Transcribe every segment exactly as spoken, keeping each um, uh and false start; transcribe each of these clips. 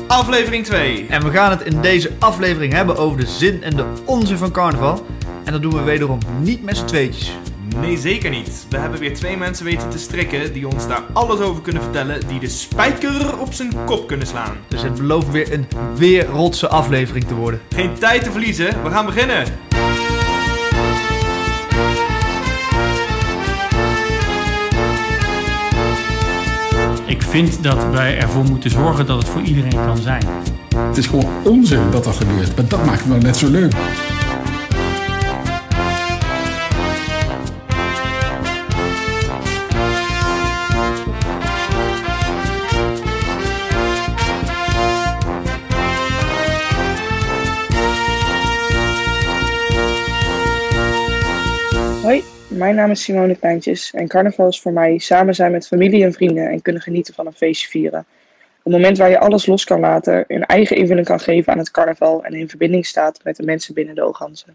aflevering twee. En we gaan het in deze aflevering hebben over de zin en de onzin van carnaval. En dat doen we wederom niet met z'n tweetjes. Nee, zeker niet. We hebben weer twee mensen weten te strikken die ons daar alles over kunnen vertellen, die de spijker op zijn kop kunnen slaan. Dus het belooft weer een weerrotse aflevering te worden. Geen tijd te verliezen, we gaan beginnen. Ik vind dat wij ervoor moeten zorgen dat het voor iedereen kan zijn. Het is gewoon onzin dat dat gebeurt, maar dat maakt het nou net zo leuk. Hoi, mijn naam is Simone Pijntjes en carnaval is voor mij samen zijn met familie en vrienden en kunnen genieten van een feestje vieren. Een moment waar je alles los kan laten, een eigen invulling kan geven aan het carnaval en in verbinding staat met de mensen binnen de Oganzen.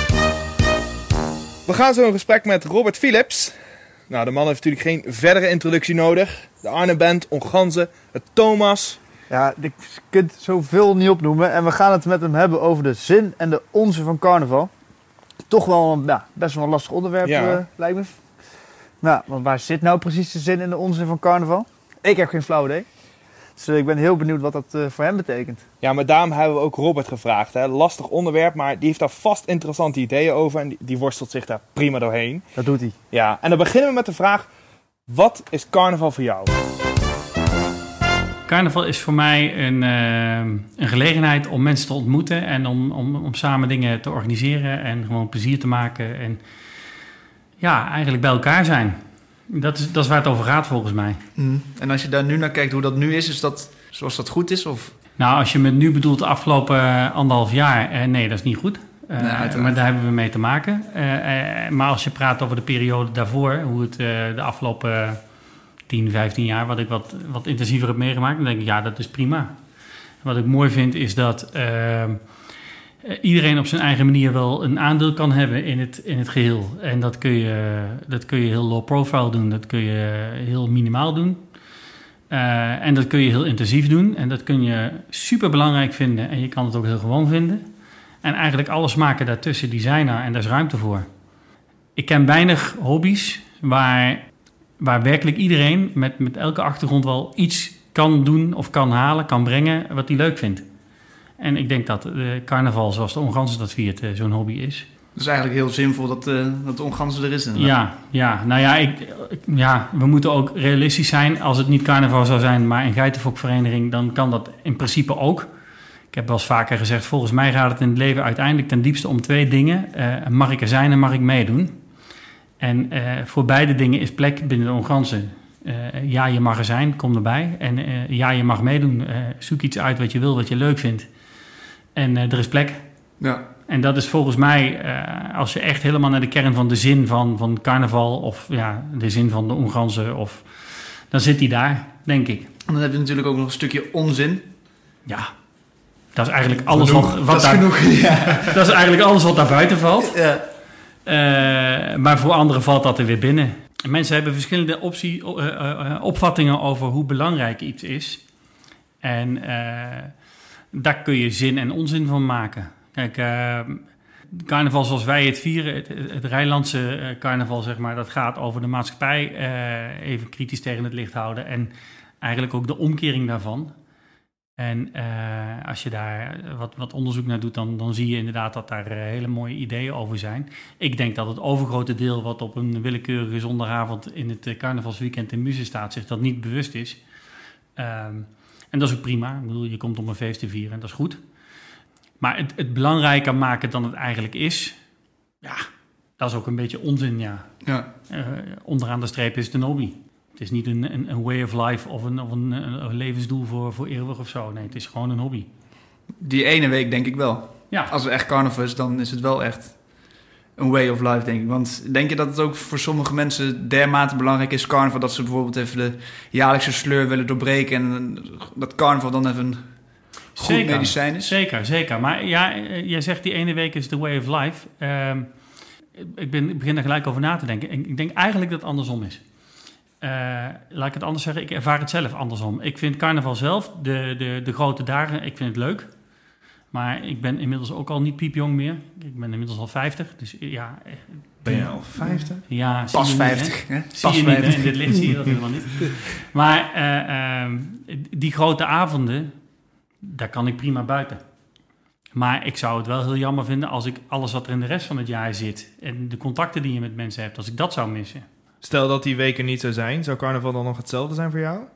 We gaan zo in gesprek met Robert Philips. Nou, de man heeft natuurlijk geen verdere introductie nodig. De Arnhem Band, Oganzen, het Thomas. Ja, ik kan het zoveel niet opnoemen. En we gaan het met hem hebben over de zin en de onzin van carnaval. Toch wel een, ja, best wel een lastig onderwerp, Ja. uh, lijkt me. Nou, want waar zit nou precies de zin en de onzin van carnaval? Ik heb geen flauw idee. Dus uh, ik ben heel benieuwd wat dat uh, voor hem betekent. Ja, maar daarom hebben we ook Robert gevraagd. Hè. Lastig onderwerp, maar die heeft daar vast interessante ideeën over. En die, die worstelt zich daar prima doorheen. Dat doet hij. Ja, en dan beginnen we met de vraag: wat is carnaval voor jou? Carnaval is voor mij een, uh, een gelegenheid om mensen te ontmoeten en om, om, om samen dingen te organiseren en gewoon plezier te maken. En ja, eigenlijk bij elkaar zijn. Dat is, dat is waar het over gaat volgens mij. Mm. En als je daar nu naar kijkt hoe dat nu is, is dat zoals dat goed is? Of? Nou, als je met nu bedoelt de afgelopen uh, anderhalf jaar, uh, nee, dat is niet goed. Uh, Nee, maar daar hebben we mee te maken. Uh, uh, maar als je praat over de periode daarvoor, hoe het uh, de afgelopen Uh, tien, vijftien jaar, wat ik wat, wat intensiever heb meegemaakt, dan denk ik, ja, dat is prima. Wat ik mooi vind, is dat uh, iedereen op zijn eigen manier wel een aandeel kan hebben in het, in het geheel. En dat kun je, dat kun je heel low profile doen, dat kun je heel minimaal doen. Uh, en dat kun je heel intensief doen. En dat kun je super belangrijk vinden en je kan het ook heel gewoon vinden. En eigenlijk alle smaken daartussen, die zijn er en daar is ruimte voor. Ik ken weinig hobby's waar waar werkelijk iedereen met, met elke achtergrond wel iets kan doen of kan halen, kan brengen wat hij leuk vindt. En ik denk dat de carnaval, zoals de Oganzen dat viert, uh, zo'n hobby is. Het is eigenlijk heel zinvol dat, uh, dat de Oganzen er is. Inderdaad. Ja, ja, nou ja, ik, ik, ja, we moeten ook realistisch zijn. Als het niet carnaval zou zijn, maar een geitenfokvereniging, dan kan dat in principe ook. Ik heb wel eens vaker gezegd, volgens mij gaat het in het leven uiteindelijk ten diepste om twee dingen. Uh, mag ik er zijn en mag ik meedoen? En uh, voor beide dingen is plek binnen de Oganzen. Uh, ja, je mag er zijn, kom erbij. En uh, ja, je mag meedoen. Uh, zoek iets uit wat je wil, wat je leuk vindt. En uh, er is plek. Ja. En dat is volgens mij, uh, als je echt helemaal naar de kern van de zin van, van carnaval, of ja, de zin van de Oganzen, of dan zit die daar, denk ik. En dan heb je natuurlijk ook nog een stukje onzin. Ja, dat is eigenlijk alles genoeg, wat, wat dat is daar, genoeg, ja. dat is eigenlijk alles wat daar buiten valt. Ja. Uh, maar voor anderen valt dat er weer binnen. Mensen hebben verschillende optie, uh, uh, opvattingen over hoe belangrijk iets is. En uh, daar kun je zin en onzin van maken. Kijk, uh, carnaval zoals wij het vieren, het, het Rijnlandse uh, carnaval, zeg maar, dat gaat over de maatschappij uh, even kritisch tegen het licht houden. En eigenlijk ook de omkering daarvan. En uh, als je daar wat, wat onderzoek naar doet, dan, dan zie je inderdaad dat daar uh, hele mooie ideeën over zijn. Ik denk dat het overgrote deel wat op een willekeurige zondagavond in het uh, carnavalsweekend in Muzen staat, zich dat niet bewust is. Um, en dat is ook prima. Ik bedoel, je komt om een feest te vieren en dat is goed. Maar het, het belangrijker maken dan het eigenlijk is, ja, dat is ook een beetje onzin, ja. Ja. Uh, onderaan de streep is het een hobby. Het is niet een, een, een way of life of een, of een, een levensdoel voor, voor eeuwig of zo. Nee, het is gewoon een hobby. Die ene week denk ik wel. Ja. Als het echt carnaval is, dan is het wel echt een way of life, denk ik. Want denk je dat het ook voor sommige mensen dermate belangrijk is, carnaval, dat ze bijvoorbeeld even de jaarlijkse sleur willen doorbreken en dat carnaval dan even goed zeker, medicijn is? Zeker, zeker. Maar ja, jij zegt die ene week is the way of life. Uh, ik, ben, ik begin er gelijk over na te denken. Ik denk eigenlijk dat het andersom is. Uh, laat ik het anders zeggen, ik ervaar het zelf andersom. Ik vind carnaval zelf, de, de, de grote dagen, ik vind het leuk. Maar ik ben inmiddels ook al niet piepjong meer. Ik ben inmiddels al vijftig, dus ja... Ben je al vijftig? Ja, pas zie vijftig. Niet, hè? Zie Pas je vijftig. niet, hè? In dit licht zie je dat helemaal niet. Maar uh, uh, die grote avonden, daar kan ik prima buiten. Maar ik zou het wel heel jammer vinden als ik alles wat er in de rest van het jaar zit... en de contacten die je met mensen hebt, als ik dat zou missen. Stel dat die weken niet zo zijn, zou carnaval dan nog hetzelfde zijn voor jou?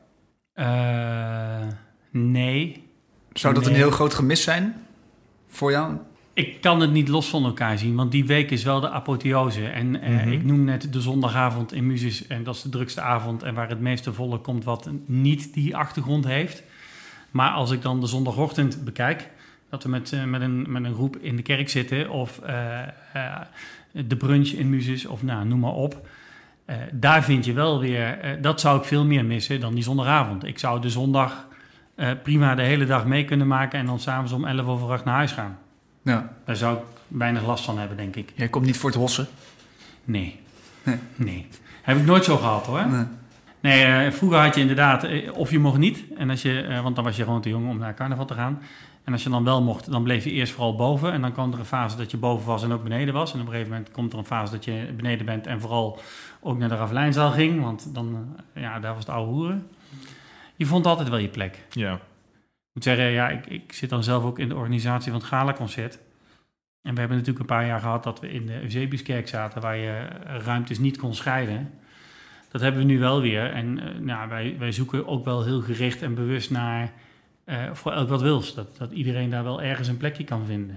Uh, nee. Zou dat nee. een heel groot gemis zijn voor jou? Ik kan het niet los van elkaar zien, want die week is wel de apotheose. En uh, mm-hmm. ik noem net de zondagavond in Muses en dat is de drukste avond... en waar het meeste volk komt wat niet die achtergrond heeft. Maar als ik dan de zondagochtend bekijk... dat we met, uh, met, een, met een groep in de kerk zitten... of uh, uh, de brunch in Muses, of nou, noem maar op... Uh, daar vind je wel weer... Uh, dat zou ik veel meer missen dan die zondagavond. Ik zou de zondag uh, prima de hele dag mee kunnen maken... en dan s'avonds om elf over acht naar huis gaan. Ja. Daar zou ik weinig last van hebben, denk ik. Jij komt niet voor het hossen? Nee. Nee. nee. Heb ik nooit zo gehad, hoor. Nee. Nee, uh, vroeger had je inderdaad... Uh, of je mocht niet, en als je, uh, want dan was je gewoon te jong om naar carnaval te gaan... En als je dan wel mocht, dan bleef je eerst vooral boven. En dan kwam er een fase dat je boven was en ook beneden was. En op een gegeven moment komt er een fase dat je beneden bent... en vooral ook naar de Ravelijnzaal ging. Want dan, ja, daar was het oude hoeren. Je vond altijd wel je plek. Ja. Ik moet zeggen, ja, ik, ik zit dan zelf ook in de organisatie van het Gala-concert. En we hebben natuurlijk een paar jaar gehad dat we in de Eusebiuskerk zaten... waar je ruimtes niet kon scheiden. Dat hebben we nu wel weer. En uh, nou, wij, wij zoeken ook wel heel gericht en bewust naar... Uh, voor elk wat wils. Dat, dat iedereen daar wel ergens een plekje kan vinden.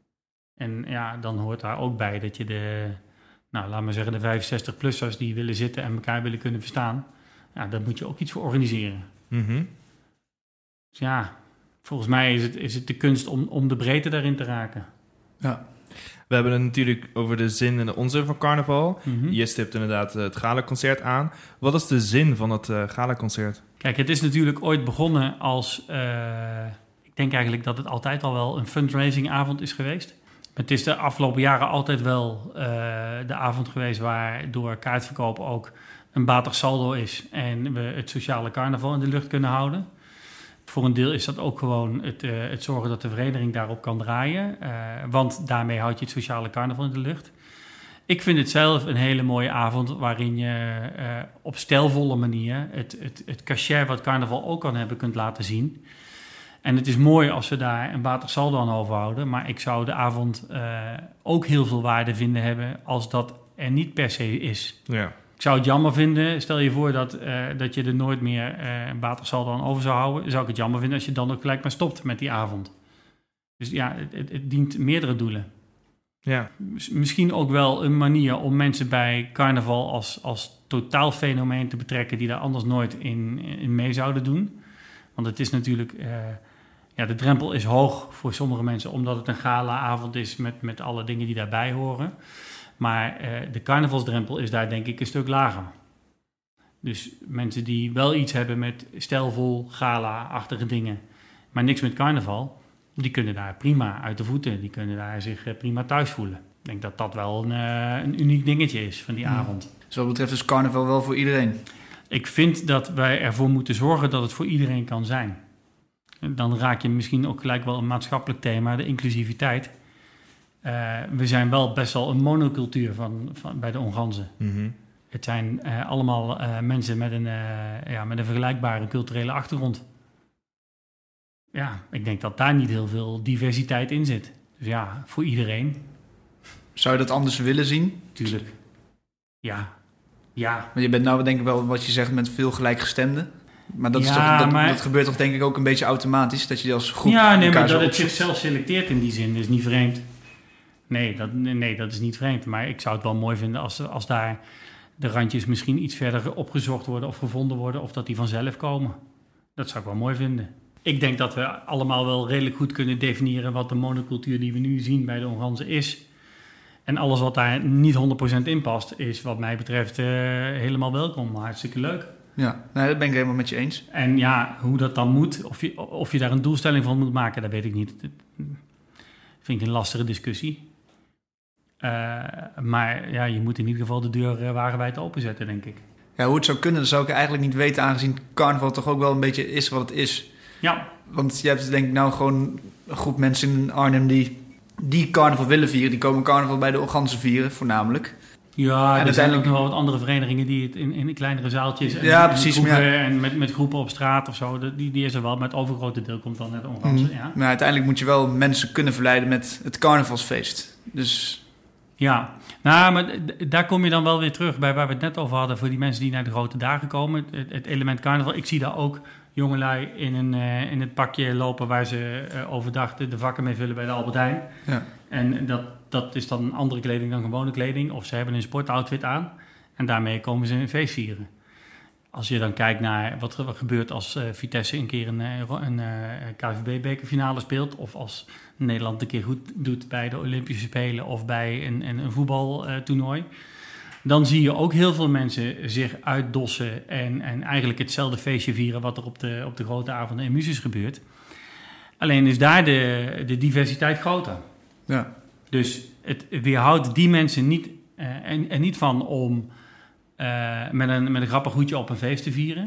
En ja, dan hoort daar ook bij dat je de... Nou, laat maar zeggen de vijfenzestig-plussers die willen zitten en elkaar willen kunnen verstaan. Ja, daar moet je ook iets voor organiseren. Mm-hmm. Dus ja, volgens mij is het, is het de kunst om, om de breedte daarin te raken. Ja. We hebben het natuurlijk over de zin en de onzin van carnaval. Mm-hmm. Je stipt inderdaad het Gala-concert aan. Wat is de zin van het uh, Gala-concert? Kijk, het is natuurlijk ooit begonnen als... Uh, ik denk eigenlijk dat het altijd al wel een fundraisingavond is geweest. Het is de afgelopen jaren altijd wel uh, de avond geweest... waar door kaartverkoop ook een batig saldo is... en we het sociale carnaval in de lucht kunnen houden. Voor een deel is dat ook gewoon het, uh, het zorgen dat de vereniging daarop kan draaien. Uh, want daarmee houd je het sociale carnaval in de lucht. Ik vind het zelf een hele mooie avond waarin je uh, op stijlvolle manier het, het, het cachet wat carnaval ook kan hebben kunt laten zien. En het is mooi als we daar een batig saldo aan overhouden. Maar ik zou de avond uh, ook heel veel waarde vinden hebben als dat er niet per se is. Ja. Ik zou het jammer vinden, stel je voor dat, uh, dat je er nooit meer uh, een batig saldo aan over zou houden. Zou ik het jammer vinden als je dan ook gelijk maar stopt met die avond. Dus ja, het, het, het dient meerdere doelen. Ja. Misschien ook wel een manier om mensen bij carnaval als, als totaal fenomeen te betrekken... die daar anders nooit in, in mee zouden doen. Want het is natuurlijk... Uh, ja, de drempel is hoog voor sommige mensen... omdat het een gala-avond is met, met alle dingen die daarbij horen. Maar uh, de carnavalsdrempel is daar denk ik een stuk lager. Dus mensen die wel iets hebben met stijlvol gala-achtige dingen... maar niks met carnaval... die kunnen daar prima uit de voeten. Die kunnen daar zich prima thuis voelen. Ik denk dat dat wel een, uh, een uniek dingetje is van die Hmm. avond. Dus wat betreft is carnaval wel voor iedereen? Ik vind dat wij ervoor moeten zorgen dat het voor iedereen kan zijn. Dan raak je misschien ook gelijk wel een maatschappelijk thema, de inclusiviteit. Uh, we zijn wel best wel een monocultuur van, van, bij de Onganzen. Mm-hmm. Het zijn uh, allemaal uh, mensen met een, uh, ja, met een vergelijkbare culturele achtergrond. Ja, ik denk dat daar niet heel veel diversiteit in zit. Dus ja, voor iedereen. Zou je dat anders willen zien? Tuurlijk. Ja. Ja. Want je bent nou denk ik wel wat je zegt met veel gelijkgestemden. Maar dat, is Ja, toch, dat, maar- dat gebeurt toch denk ik ook een beetje automatisch? Dat je als groep Ja, nee, elkaar maar zo dat het opzoekt? zichzelf selecteert in die zin is niet vreemd. Nee dat, nee, dat is niet vreemd. Maar ik zou het wel mooi vinden als, als daar de randjes misschien iets verder opgezocht worden of gevonden worden. Of dat die vanzelf komen. Dat zou ik wel mooi vinden. Ik denk dat we allemaal wel redelijk goed kunnen definiëren wat de monocultuur die we nu zien bij de Onganzen is. En alles wat daar niet honderd procent in past, is wat mij betreft uh, helemaal welkom. Hartstikke leuk. Ja, nee, dat ben ik helemaal met je eens. En ja, hoe dat dan moet, of je, of je daar een doelstelling van moet maken, dat weet ik niet. Dat vind ik een lastige discussie. Uh, maar ja, je moet in ieder geval de deur uh, wagenwijd openzetten, denk ik. Ja, hoe het zou kunnen, dat zou ik eigenlijk niet weten, aangezien carnaval toch ook wel een beetje is wat het is. Ja. Want je hebt denk ik nou gewoon een groep mensen in Arnhem die, die carnaval willen vieren. Die komen carnaval bij de Organzen vieren, voornamelijk. Ja, en er zijn ook nog wel wat andere verenigingen die het in, in kleinere zaaltjes en, ja, en, precies, groepen, ja. en met, met groepen op straat of zo. Die, die is er wel, maar het overgrote deel komt dan net de Organzen. Mm. Ja. Maar uiteindelijk moet je wel mensen kunnen verleiden met het carnavalsfeest. Dus... Ja, nou, maar d- daar kom je dan wel weer terug bij waar we het net over hadden. Voor die mensen die naar de grote dagen komen. Het, het element carnaval. Ik zie daar ook jongelui in, een, uh, in het pakje lopen waar ze uh, overdag de, de vakken mee vullen bij de Albert Heijn. Ja. En dat, dat is dan andere kleding dan gewone kleding. Of ze hebben een sportoutfit aan. En daarmee komen ze een feest vieren. Als je dan kijkt naar wat er gebeurt als uh, Vitesse een keer een, een uh, K V B-bekerfinale speelt. Of als Nederland een keer goed doet bij de Olympische Spelen of bij een, een, een voetbaltoernooi. Uh, dan zie je ook heel veel mensen zich uitdossen en, en eigenlijk hetzelfde feestje vieren wat er op de, op de grote avonden in Muses gebeurt. Alleen is daar de, de diversiteit groter. Ja. Dus het weerhoudt die mensen niet, uh, en, en niet van om uh, met, een, met een grappig hoedje op een feest te vieren.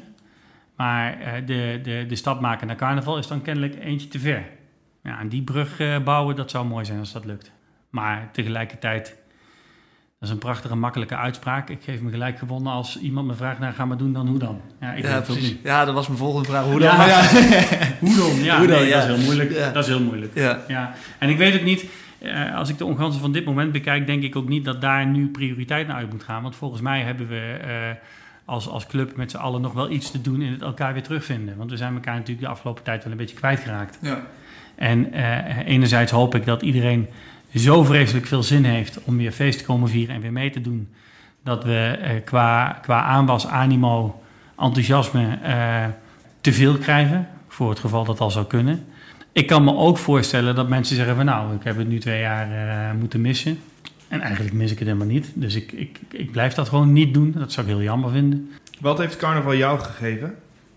Maar uh, de, de, de stap maken naar carnaval is dan kennelijk eentje te ver. Ja, en die brug uh, bouwen, dat zou mooi zijn als dat lukt. Maar tegelijkertijd, dat is een prachtige, makkelijke uitspraak. Ik geef me gelijk gewonnen als iemand me vraagt, nou, ga maar doen dan, hoe dan? Ja, ik ja, weet het precies. niet. Ja, dat was mijn volgende vraag. Hoe dan? Ja, Maar ja. hoe dan? Ja, Hoe dan, nee, ja. dat is heel moeilijk. Ja. Dat is heel moeilijk. Ja. Ja. En ik weet het niet. Uh, als ik de Onganzen van dit moment bekijk, denk ik ook niet dat daar nu prioriteit naar uit moet gaan. Want volgens mij hebben we uh, als, als club met z'n allen nog wel iets te doen in het elkaar weer terugvinden. Want we zijn elkaar natuurlijk de afgelopen tijd wel een beetje kwijtgeraakt. Ja. En uh, enerzijds hoop ik dat iedereen zo vreselijk veel zin heeft om weer feest te komen vieren en weer mee te doen. Dat we uh, qua, qua aanwas, animo, enthousiasme uh, te veel krijgen. Voor het geval dat al zou kunnen. Ik kan me ook voorstellen dat mensen zeggen van nou, ik heb het nu twee jaar uh, moeten missen. En eigenlijk mis ik het helemaal niet. Dus ik, ik, ik blijf dat gewoon niet doen. Dat zou ik heel jammer vinden. Wat heeft carnaval jou gegeven?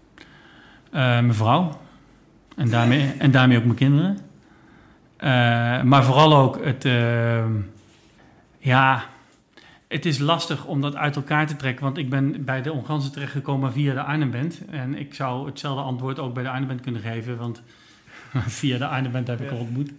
Uh, mijn vrouw. En daarmee, en daarmee ook mijn kinderen. Uh, maar vooral ook het... Uh, ja... Het is lastig om dat uit elkaar te trekken, want ik ben bij de Onganzen terechtgekomen via de Arnhem Band. En ik zou hetzelfde antwoord ook bij de Arnhem Band kunnen geven, want via de Arnhem Band heb ik haar ontmoet.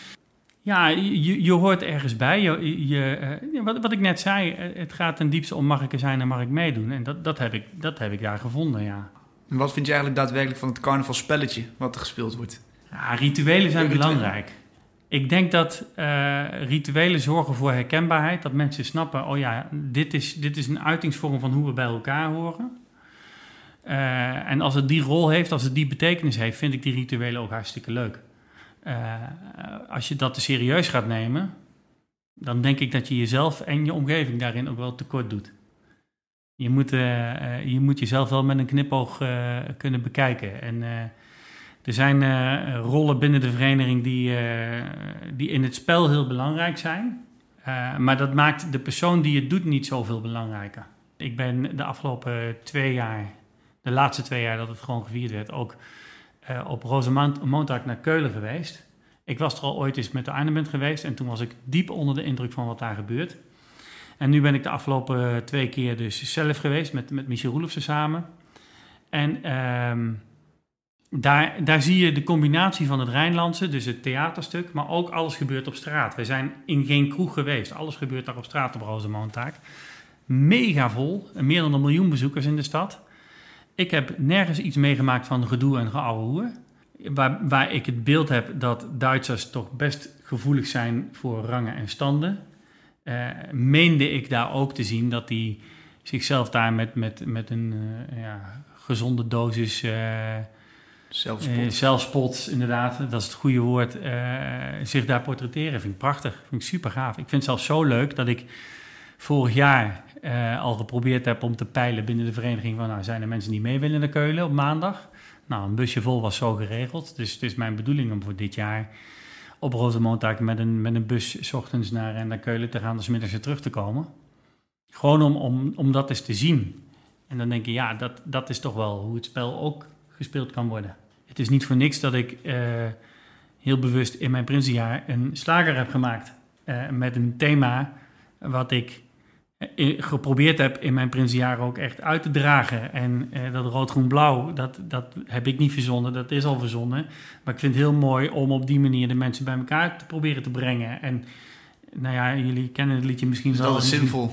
Ja, je, je hoort ergens bij. Je, je, uh, wat, wat ik net zei, het gaat ten diepste om mag ik er zijn en mag ik meedoen. En dat, dat, heb, ik, dat heb ik daar gevonden, ja. En wat vind je eigenlijk daadwerkelijk van het carnavalspelletje wat er gespeeld wordt? Ja, rituelen zijn Ja, rituelen. belangrijk. Ik denk dat uh, rituelen zorgen voor herkenbaarheid. Dat mensen snappen, oh ja, dit is, dit is een uitingsvorm van hoe we bij elkaar horen. Uh, en als het die rol heeft, als het die betekenis heeft, vind ik die rituelen ook hartstikke leuk. Uh, als je dat te serieus gaat nemen, dan denk ik dat je jezelf en je omgeving daarin ook wel tekort doet. Je moet, uh, uh, je moet jezelf wel met een knipoog uh, kunnen bekijken. En... Uh, Er zijn uh, rollen binnen de vereniging die, uh, die in het spel heel belangrijk zijn. Uh, maar dat maakt de persoon die het doet niet zoveel belangrijker. Ik ben de afgelopen twee jaar, de laatste twee jaar dat het gewoon gevierd werd, ook uh, op Rozenmontag naar Keulen geweest. Ik was er al ooit eens met de Arnhem Band geweest en toen was ik diep onder de indruk van wat daar gebeurt. En nu ben ik de afgelopen twee keer dus zelf geweest met, met Michel Roelofsen samen. En... Uh, Daar, daar zie je de combinatie van het Rijnlandse, dus het theaterstuk, maar ook alles gebeurt op straat. We zijn in geen kroeg geweest. Alles gebeurt daar op straat op Rozenmontag. Mega vol, meer dan een miljoen bezoekers in de stad. Ik heb nergens iets meegemaakt van gedoe en geouwe hoer. Waar, waar ik het beeld heb dat Duitsers toch best gevoelig zijn voor rangen en standen. Uh, meende ik daar ook te zien dat die zichzelf daar met, met, met een uh, ja, gezonde dosis... Uh, Zelfspot. Uh, zelfspot, inderdaad, dat is het goede woord. Uh, zich daar portretteren vind ik prachtig. Vind ik super gaaf. Ik vind het zelfs zo leuk dat ik vorig jaar uh, al geprobeerd heb om te peilen binnen de vereniging van, nou, zijn er mensen die mee willen naar Keulen op maandag? Nou, een busje vol was zo geregeld. Dus het is mijn bedoeling om voor dit jaar op Rozenmontag met een, met een bus 's ochtends naar, naar Keulen te gaan en 's middags weer terug te komen. Gewoon om, om, om dat eens te zien. En dan denk je, ja, dat, dat is toch wel hoe het spel ook gespeeld kan worden. Het is niet voor niks dat ik uh, heel bewust in mijn prinsenjaar een slager heb gemaakt. Uh, met een thema wat ik uh, geprobeerd heb in mijn Prinsenjaren ook echt uit te dragen. En uh, dat rood-groen-blauw, dat, dat heb ik niet verzonnen, dat is al verzonnen. Maar ik vind het heel mooi om op die manier de mensen bij elkaar te proberen te brengen. En nou ja, jullie kennen het liedje misschien wel. Dat is zinvol.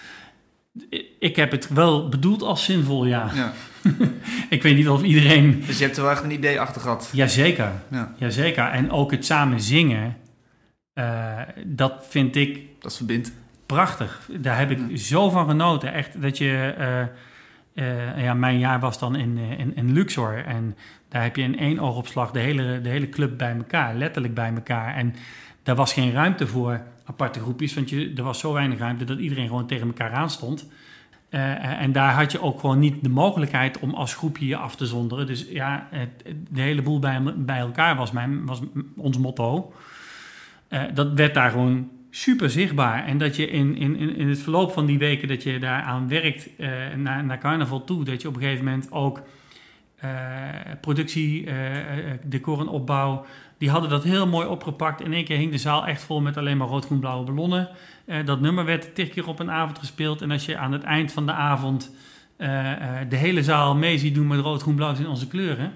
Ik heb het wel bedoeld als zinvol, ja. ja. Ik weet niet of iedereen... Dus je hebt er wel echt een idee achter gehad. Jazeker, Ja. Jazeker. En ook het samen zingen, uh, dat vind ik... Dat verbindt. Prachtig. Daar heb ik ja. zo van genoten. Echt dat je... Uh, uh, ja, mijn jaar was dan in, in, in Luxor. En daar heb je in één oogopslag de hele, de hele club bij elkaar. Letterlijk bij elkaar. En daar was geen ruimte voor aparte groepjes. Want je, er was zo weinig ruimte dat iedereen gewoon tegen elkaar aanstond. Uh, en daar had je ook gewoon niet de mogelijkheid om als groepje je af te zonderen. Dus ja, het, de hele boel bij, bij elkaar was, mijn, was ons motto. Uh, dat werd daar gewoon super zichtbaar. En dat je in, in, in het verloop van die weken dat je daaraan werkt, uh, naar, naar carnaval toe, dat je op een gegeven moment ook uh, productie, uh, decor en opbouw, die hadden dat heel mooi opgepakt. In één keer hing de zaal echt vol met alleen maar rood-groen-blauwe ballonnen. Uh, dat nummer werd tig keer op een avond gespeeld. En als je aan het eind van de avond uh, uh, de hele zaal mee ziet doen met rood-groen-blauw in onze kleuren.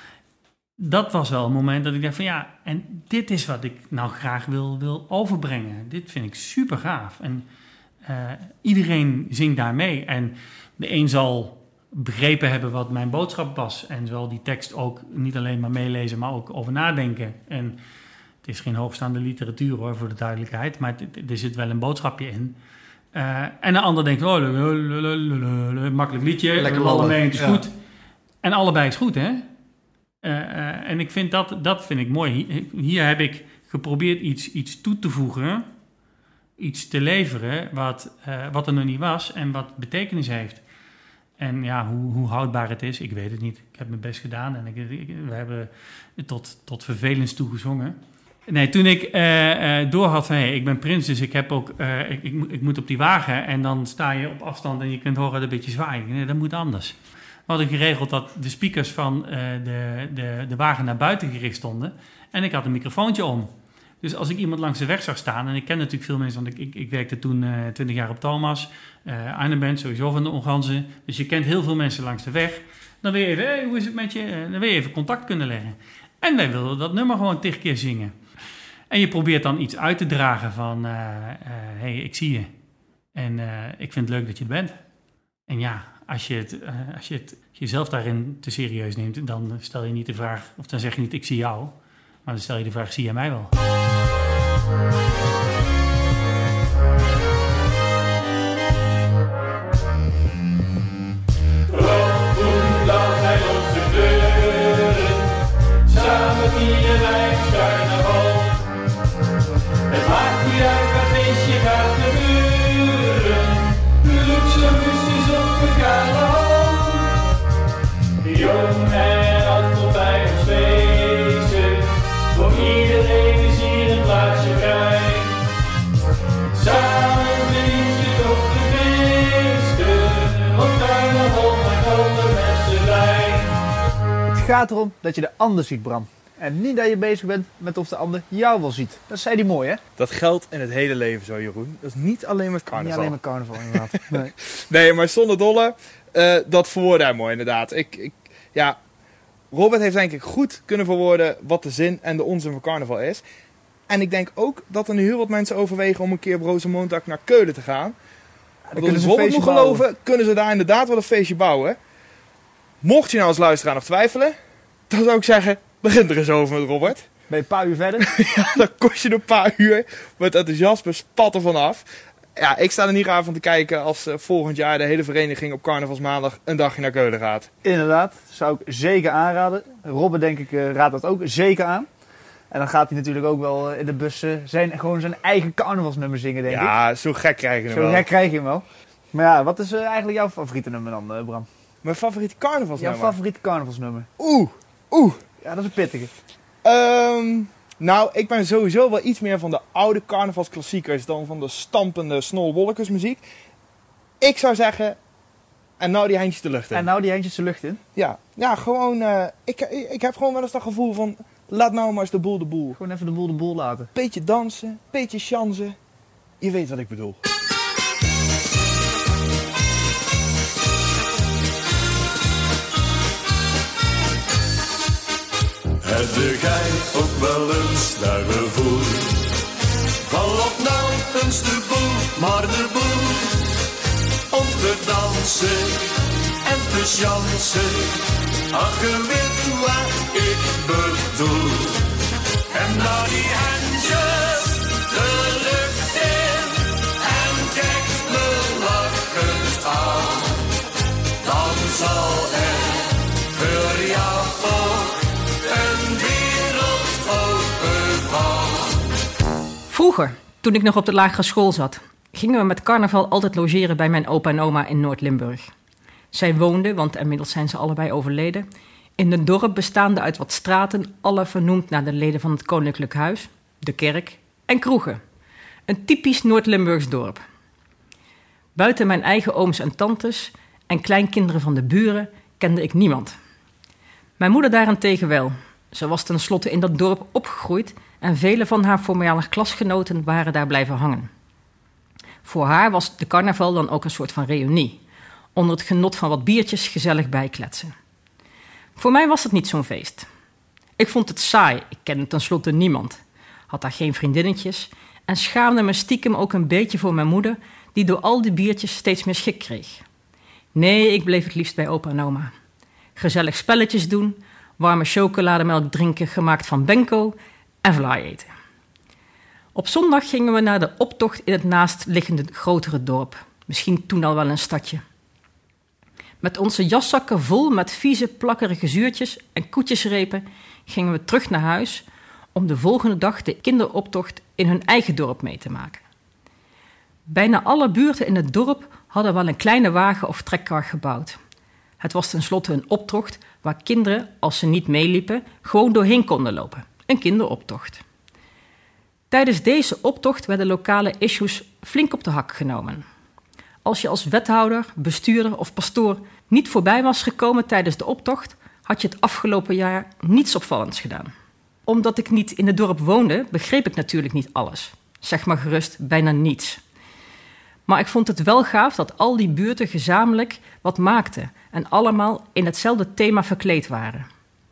Dat was wel een moment dat ik dacht van ja, en dit is wat ik nou graag wil, wil overbrengen. Dit vind ik super gaaf. En uh, iedereen zingt daar mee. En de een zal begrepen hebben wat mijn boodschap was. En zal die tekst ook niet alleen maar meelezen, maar ook over nadenken. En het is geen hoogstaande literatuur hoor, voor de duidelijkheid. Maar t- er zit wel een boodschapje in. Uh, en de ander denkt, oh, lululululul, makkelijk liedje. Lekker allebei het is ja. goed. En allebei is goed, hè? Uh, uh, en ik vind dat, dat vind ik mooi. Hier, hier heb ik geprobeerd iets, iets toe te voegen. Iets te leveren wat, uh, wat er nog niet was en wat betekenis heeft. En ja, hoe, hoe houdbaar het is, ik weet het niet. Ik heb mijn best gedaan en ik, ik, we hebben tot, tot vervelens toe gezongen. Nee, toen ik uh, uh, door had van, hey, ik ben prins, dus ik, heb ook, uh, ik, ik, ik moet op die wagen. En dan sta je op afstand en je kunt horen dat een beetje zwaaien. Nee, dat moet anders. We hadden geregeld dat de speakers van uh, de, de, de wagen naar buiten gericht stonden. En ik had een microfoontje om. Dus als ik iemand langs de weg zag staan, en ik ken natuurlijk veel mensen, want ik, ik, ik werkte toen uh, twintig jaar op Thomas, uh, Arnhem sowieso van de Onganzen. Dus je kent heel veel mensen langs de weg. Dan wil je even, hey, hoe is het met je? Uh, dan wil je even contact kunnen leggen. En wij wilden dat nummer gewoon tig keer zingen. En je probeert dan iets uit te dragen van, uh, uh, hey, ik zie je. En uh, ik vind het leuk dat je er bent. En ja, als je, het, uh, als je het jezelf daarin te serieus neemt, dan stel je niet de vraag, of dan zeg je niet, ik zie jou. Maar dan stel je de vraag, zie jij mij wel? Rood-groen-blauw zijn onze kleuren, samen vieren wij het carnaval. Het maakt niet uit wat feestje gaat gebeuren, Luxor is op de carnaval. Jong en oud tot bij ons feesten, voor iedereen is hier een plaatsje vrij. Samen geniet je toch de feesten, op carnaval maakt alle mensen blij. Het gaat erom dat je de ander ziet, Bram. En niet dat je bezig bent met of de ander jou wel ziet. Dat zei die mooi, hè? Dat geldt in het hele leven zo, Jeroen. Dat is niet alleen met carnaval. Niet alleen met carnaval, inderdaad. Nee. Nee, maar zonder dolle, uh, dat verwoordde hij mooi inderdaad. Ik, ik, ja, Robert heeft denk ik goed kunnen verwoorden wat de zin en de onzin van carnaval is. En ik denk ook dat er nu heel wat mensen overwegen om een keer op Rosenmontag naar Keulen te gaan. Ja, Want als ik Robert moet geloven, kunnen ze daar inderdaad wel een feestje bouwen. Mocht je nou als luisteraar nog twijfelen, dan zou ik zeggen, begin er eens over met Robert. Ben je een paar uur verder? Ja, dan kost je een paar uur met enthousiasme spat er vanaf. Ja, ik sta er niet raar van te kijken als uh, volgend jaar de hele vereniging op carnavalsmaandag een dagje naar Keulen gaat. Inderdaad, zou ik zeker aanraden. Robert denk ik uh, raadt dat ook zeker aan. En dan gaat hij natuurlijk ook wel uh, in de bus uh, zijn, gewoon zijn eigen carnavalsnummer zingen, denk ja, ik. Ja, zo gek krijg je hem zo wel. Zo gek krijg je hem wel. Maar ja, wat is uh, eigenlijk jouw favoriete nummer dan, uh, Bram? Mijn favoriete carnavalsnummer? Jouw favoriete carnavalsnummer? Oeh, oeh. Ja, dat is een pittige. Um, nou, ik ben sowieso wel iets meer van de oude carnavalsklassiekers dan van de stampende snolwolkers muziek. Ik zou zeggen, en nou die handjes de lucht in. En nou die handjes de lucht in? Ja, ja gewoon, uh, ik, ik heb gewoon wel eens dat gevoel van, laat nou maar eens de boel de boel. Gewoon even de boel de boel laten. Beetje dansen, beetje chansen. Je weet wat ik bedoel. Heb jij ook wel eens daar gevoel? Val op nou eens de boel, maar de boel. Om te dansen en te chansen. Ach, je weet wat ik bedoel. En naar die handjes de lucht in. En kijk me lachend aan. Dan zal er voor jou ook een wereld opengaan. Vroeger, toen ik nog op de lagere school zat, gingen we met carnaval altijd logeren bij mijn opa en oma in Noord-Limburg. Zij woonden, want inmiddels zijn ze allebei overleden, in een dorp bestaande uit wat straten, alle vernoemd naar de leden van het Koninklijk Huis, de kerk en kroegen. Een typisch Noord-Limburgs dorp. Buiten mijn eigen ooms en tantes en kleinkinderen van de buren kende ik niemand. Mijn moeder daarentegen wel. Ze was tenslotte in dat dorp opgegroeid en vele van haar voormalige klasgenoten waren daar blijven hangen. Voor haar was de carnaval dan ook een soort van reunie, onder het genot van wat biertjes gezellig bijkletsen. Voor mij was het niet zo'n feest. Ik vond het saai, ik kende tenslotte niemand, had daar geen vriendinnetjes en schaamde me stiekem ook een beetje voor mijn moeder, die door al die biertjes steeds meer schik kreeg. Nee, ik bleef het liefst bij opa en oma. Gezellig spelletjes doen, warme chocolademelk drinken gemaakt van benko en vlaai eten. Op zondag gingen we naar de optocht in het naastliggende grotere dorp. Misschien toen al wel een stadje. Met onze jaszakken vol met vieze, plakkerige zuurtjes en koetjesrepen gingen we terug naar huis om de volgende dag de kinderoptocht in hun eigen dorp mee te maken. Bijna alle buurten in het dorp hadden wel een kleine wagen of trekkar gebouwd. Het was tenslotte een optocht waar kinderen, als ze niet meeliepen, gewoon doorheen konden lopen. Een kinderoptocht. Tijdens deze optocht werden lokale issues flink op de hak genomen. Als je als wethouder, bestuurder of pastoor niet voorbij was gekomen tijdens de optocht, had je het afgelopen jaar niets opvallends gedaan. Omdat ik niet in het dorp woonde, begreep ik natuurlijk niet alles. Zeg maar gerust, bijna niets. Maar ik vond het wel gaaf dat al die buurten gezamenlijk wat maakten en allemaal in hetzelfde thema verkleed waren.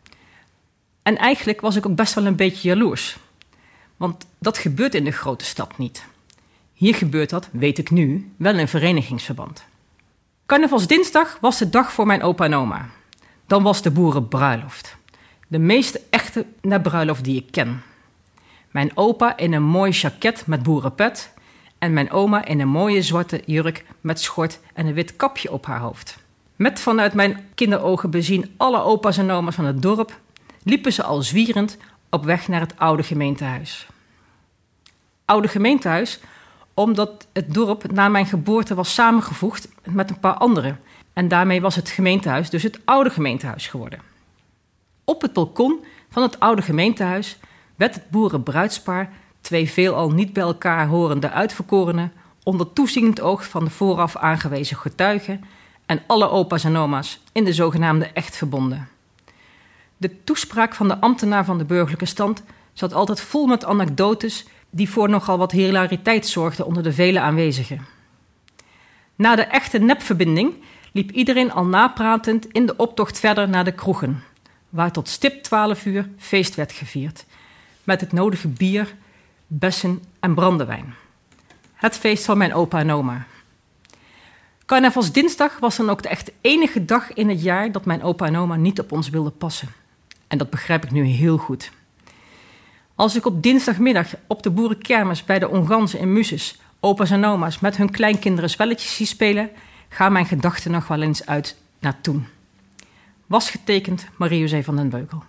En eigenlijk was ik ook best wel een beetje jaloers. Want dat gebeurt in de grote stad niet. Hier gebeurt dat, weet ik nu, wel in verenigingsverband. Carnavalsdinsdag was de dag voor mijn opa en oma. Dan was de boerenbruiloft. De meeste echte naar bruiloft die ik ken. Mijn opa in een mooi jacket met boerenpet en mijn oma in een mooie zwarte jurk met schort en een wit kapje op haar hoofd. Met vanuit mijn kinderogen bezien alle opa's en oma's van het dorp liepen ze al zwierend op weg naar het oude gemeentehuis. Oude gemeentehuis, omdat het dorp na mijn geboorte was samengevoegd met een paar andere. En daarmee was het gemeentehuis dus het oude gemeentehuis geworden. Op het balkon van het oude gemeentehuis werd het boerenbruidspaar, twee veelal niet bij elkaar horende uitverkorenen, onder toeziend oog van de vooraf aangewezen getuigen en alle opa's en oma's in de zogenaamde echtverbonden. De toespraak van de ambtenaar van de burgerlijke stand zat altijd vol met anekdotes die voor nogal wat hilariteit zorgden onder de vele aanwezigen. Na de echte nepverbinding liep iedereen al napratend in de optocht verder naar de kroegen, waar tot stip twaalf uur feest werd gevierd, met het nodige bier, bessen en brandewijn. Het feest van mijn opa en oma. Carnavalsdinsdag was dan ook de echt enige dag in het jaar dat mijn opa en oma niet op ons wilden passen. En dat begrijp ik nu heel goed. Als ik op dinsdagmiddag op de boerenkermis bij de Ongansen in Muses opa's en oma's met hun kleinkinderen spelletjes zie spelen, gaan mijn gedachten nog wel eens uit naar toen. Was getekend Marie-José van den Beukel.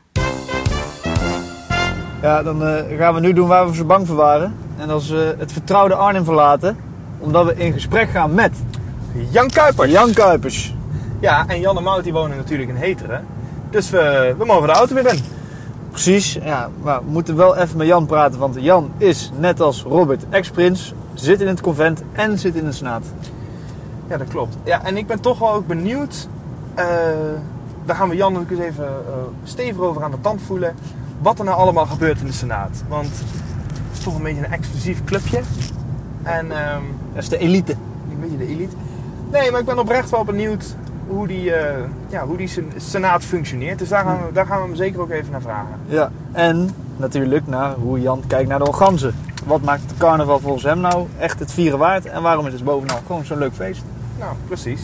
Ja, dan uh, gaan we nu doen waar we ze bang voor waren. En dat is uh, het vertrouwde Arnhem verlaten. Omdat we in gesprek gaan met Jan Kuipers. Jan Kuipers. Ja, en Jan en Mout die wonen natuurlijk in Heteren. Dus we, we mogen de auto weer in. Precies, ja, maar we moeten wel even met Jan praten. Want Jan is, net als Robert, ex-prins, zit in het convent en zit in de senaat. Ja, dat klopt. Ja, en ik ben toch wel ook benieuwd. Uh, daar gaan we Jan ook eens even uh, stevig over aan de tand voelen. Wat er nou allemaal gebeurt in de senaat. Want het is toch een beetje een exclusief clubje. En, um, dat is de elite. Een beetje de elite. Nee, maar ik ben oprecht wel benieuwd hoe die, uh, ja, hoe die senaat functioneert. Dus daar gaan, we, daar gaan we hem zeker ook even naar vragen. Ja, en natuurlijk naar hoe Jan kijkt naar de organzen. Wat maakt het carnaval volgens hem nou echt het vieren waard? En waarom is het bovenal gewoon zo'n leuk feest? Nou, precies.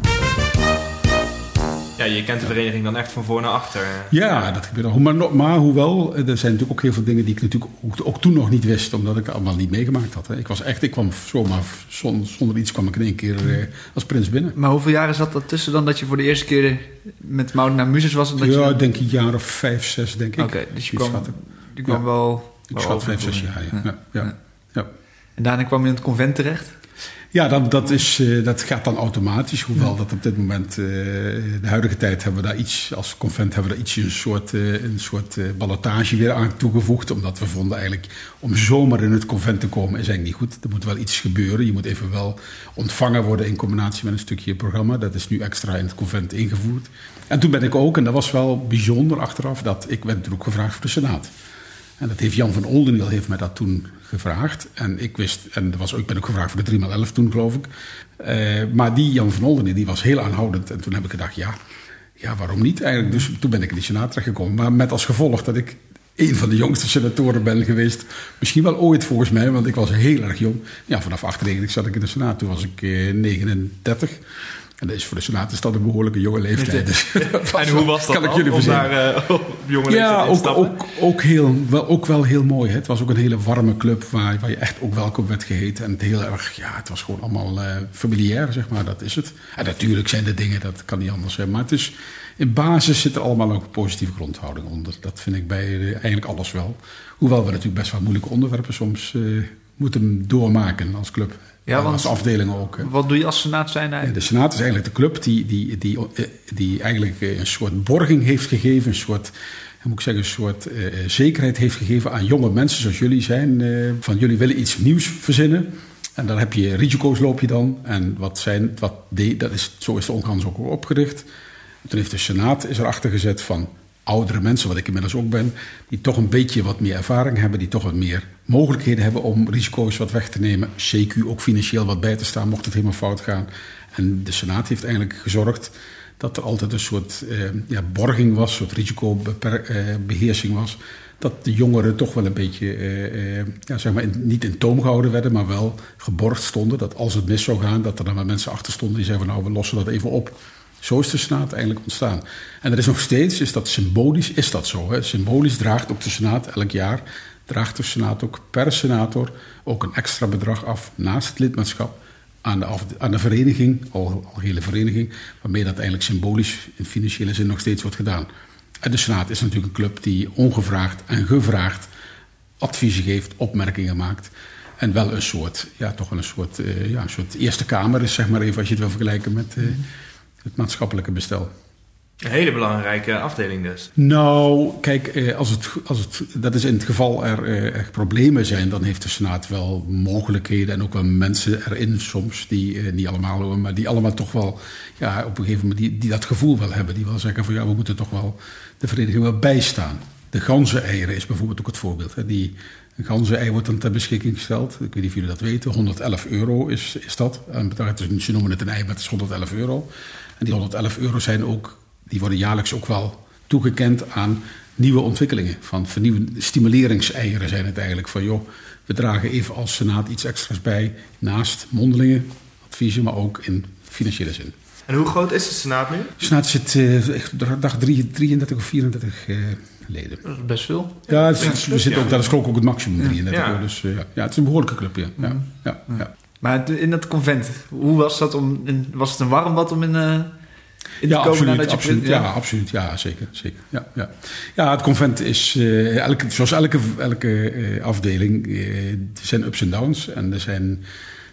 Ja, je kent de vereniging dan echt van voor naar achter. Ja, dat gebeurt al. Maar, maar hoewel, er zijn natuurlijk ook heel veel dingen die ik natuurlijk ook, ook toen nog niet wist, omdat ik het allemaal niet meegemaakt had. Hè. Ik was echt, ik kwam zomaar zonder, zonder iets kwam ik in één keer eh, als prins binnen. Maar hoeveel jaren zat dat tussen dan dat je voor de eerste keer met Mout naar Muses was? En dat ja, je dan... denk ik een jaar of vijf, zes denk ik. Oké, okay, dus je kwam, schat, je kwam ja. wel... Ik schat vijf, zes jaar, ja. Ja. Ja. Ja. Ja. En daarna kwam je in het convent terecht? Ja, dat, dat, is, uh, dat gaat dan automatisch. Hoewel dat op dit moment, uh, de huidige tijd, hebben we daar iets, als convent hebben we daar iets, een soort, uh, een soort uh, ballotage weer aan toegevoegd. Omdat we vonden eigenlijk, om zomaar in het convent te komen is eigenlijk niet goed. Er moet wel iets gebeuren. Je moet even wel ontvangen worden in combinatie met een stukje programma. Dat is nu extra in het convent ingevoerd. En toen ben ik ook, en dat was wel bijzonder achteraf, dat ik werd natuurlijk gevraagd voor de Senaat. En dat heeft Jan van Oldenniel heeft mij dat toen gevraagd. En ik wist, en dat was, ik ben ook gevraagd voor de drie maal elf toen, geloof ik. Uh, maar die Jan van Oldenniel, die was heel aanhoudend. En toen heb ik gedacht, ja, ja waarom niet eigenlijk? Dus toen ben ik in de Senaat terechtgekomen. Maar met als gevolg dat ik een van de jongste senatoren ben geweest. Misschien wel ooit volgens mij, want ik was heel erg jong. Ja, vanaf achtennegentig zat ik in de Senaat. Toen was ik uh, negenendertig. En dat is voor de Senaat is dat een behoorlijke jonge leeftijd. Dus en hoe was dat kan dan, ik jullie om daar uh, op jonge leeftijd ja, in te ook, stappen? ook, ook, heel, wel, ook wel heel mooi. Hè. Het was ook een hele warme club waar, waar je echt ook welkom werd geheten. En het heel erg, ja, het was gewoon allemaal uh, familiair, zeg maar. Dat is het. En natuurlijk zijn er dingen, dat kan niet anders zijn. Maar het is, in basis zit er allemaal ook een positieve grondhouding onder. Dat vind ik bij uh, eigenlijk alles wel. Hoewel we natuurlijk best wel moeilijke onderwerpen soms uh, moeten doormaken als club. Ja, want als afdelingen ook. Hè. Wat doe je als Senaat zijn eigenlijk? De Senaat is eigenlijk de club die, die, die, die eigenlijk een soort borging heeft gegeven. Een soort, moet ik zeggen, een soort uh, zekerheid heeft gegeven aan jonge mensen zoals jullie zijn. Uh, van jullie willen iets nieuws verzinnen. En dan heb je risico's loop je dan. En wat zijn, wat de, dat is, zo is de Ongans ook opgericht. En toen heeft de Senaat is erachter gezet van oudere mensen, wat ik inmiddels ook ben, die toch een beetje wat meer ervaring hebben, die toch wat meer mogelijkheden hebben om risico's wat weg te nemen. C Q ook financieel wat bij te staan, mocht het helemaal fout gaan. En de Senaat heeft eigenlijk gezorgd dat er altijd een soort uh, ja, borging was, een soort risicobeheersing was. Dat de jongeren toch wel een beetje, uh, uh, ja, zeg maar, in, niet in toom gehouden werden, maar wel geborgd stonden. Dat als het mis zou gaan, dat er dan wel mensen achter stonden die zeiden van nou, we lossen dat even op. Zo is de Senaat eigenlijk ontstaan. En er is nog steeds, is dat symbolisch, is dat zo. Hè? Symbolisch draagt ook de Senaat elk jaar, draagt de Senaat ook per senator ook een extra bedrag af naast het lidmaatschap aan de, af, aan de vereniging, al, algehele vereniging, waarmee dat eigenlijk symbolisch in financiële zin nog steeds wordt gedaan. En de Senaat is natuurlijk een club die ongevraagd en gevraagd adviezen geeft, opmerkingen maakt. En wel een soort, ja, toch wel een soort, uh, ja, een soort Eerste Kamer is, zeg maar even, als je het wil vergelijken met uh, het maatschappelijke bestel. Een hele belangrijke afdeling dus. Nou, kijk, als het, als het, dat is in het geval er uh, echt problemen zijn, dan heeft de Senaat wel mogelijkheden en ook wel mensen erin soms, die uh, niet allemaal, maar die allemaal toch wel, ja, op een gegeven moment die, die dat gevoel wel hebben. Die wel zeggen van ja, we moeten toch wel de vereniging wel bijstaan. De ganzeneieren is bijvoorbeeld ook het voorbeeld. Hè. Die, een ganzenei wordt dan ter beschikking gesteld. Ik weet niet of jullie dat weten. honderd elf euro is, is dat. En ze noemen het een ei, maar het is honderd elf euro. En die honderd elf euro zijn ook, die worden jaarlijks ook wel toegekend aan nieuwe ontwikkelingen. Van vernieuwende stimuleringseieren zijn het eigenlijk. Van joh, we dragen even als Senaat iets extra's bij. Naast mondelinge adviezen, maar ook in financiële zin. En hoe groot is de Senaat nu? De Senaat zit, uh, dag drieëndertig of vierendertig uh, leden. Dat is best veel. Ja, het, het, we zitten ook, dat is geloof ik ook het maximum, drieëndertig. Ja. Dus uh, ja, het is een behoorlijke club, ja. ja, ja, ja. Maar in dat convent, hoe was dat om, in, was het een warm bad om in, uh, in ja, te komen? Absoluut, nadat je absoluut, print, ja? ja, absoluut, ja, zeker, zeker. Ja, ja. ja, het convent is, uh, elke, zoals elke, elke uh, afdeling, uh, er zijn ups en downs en er zijn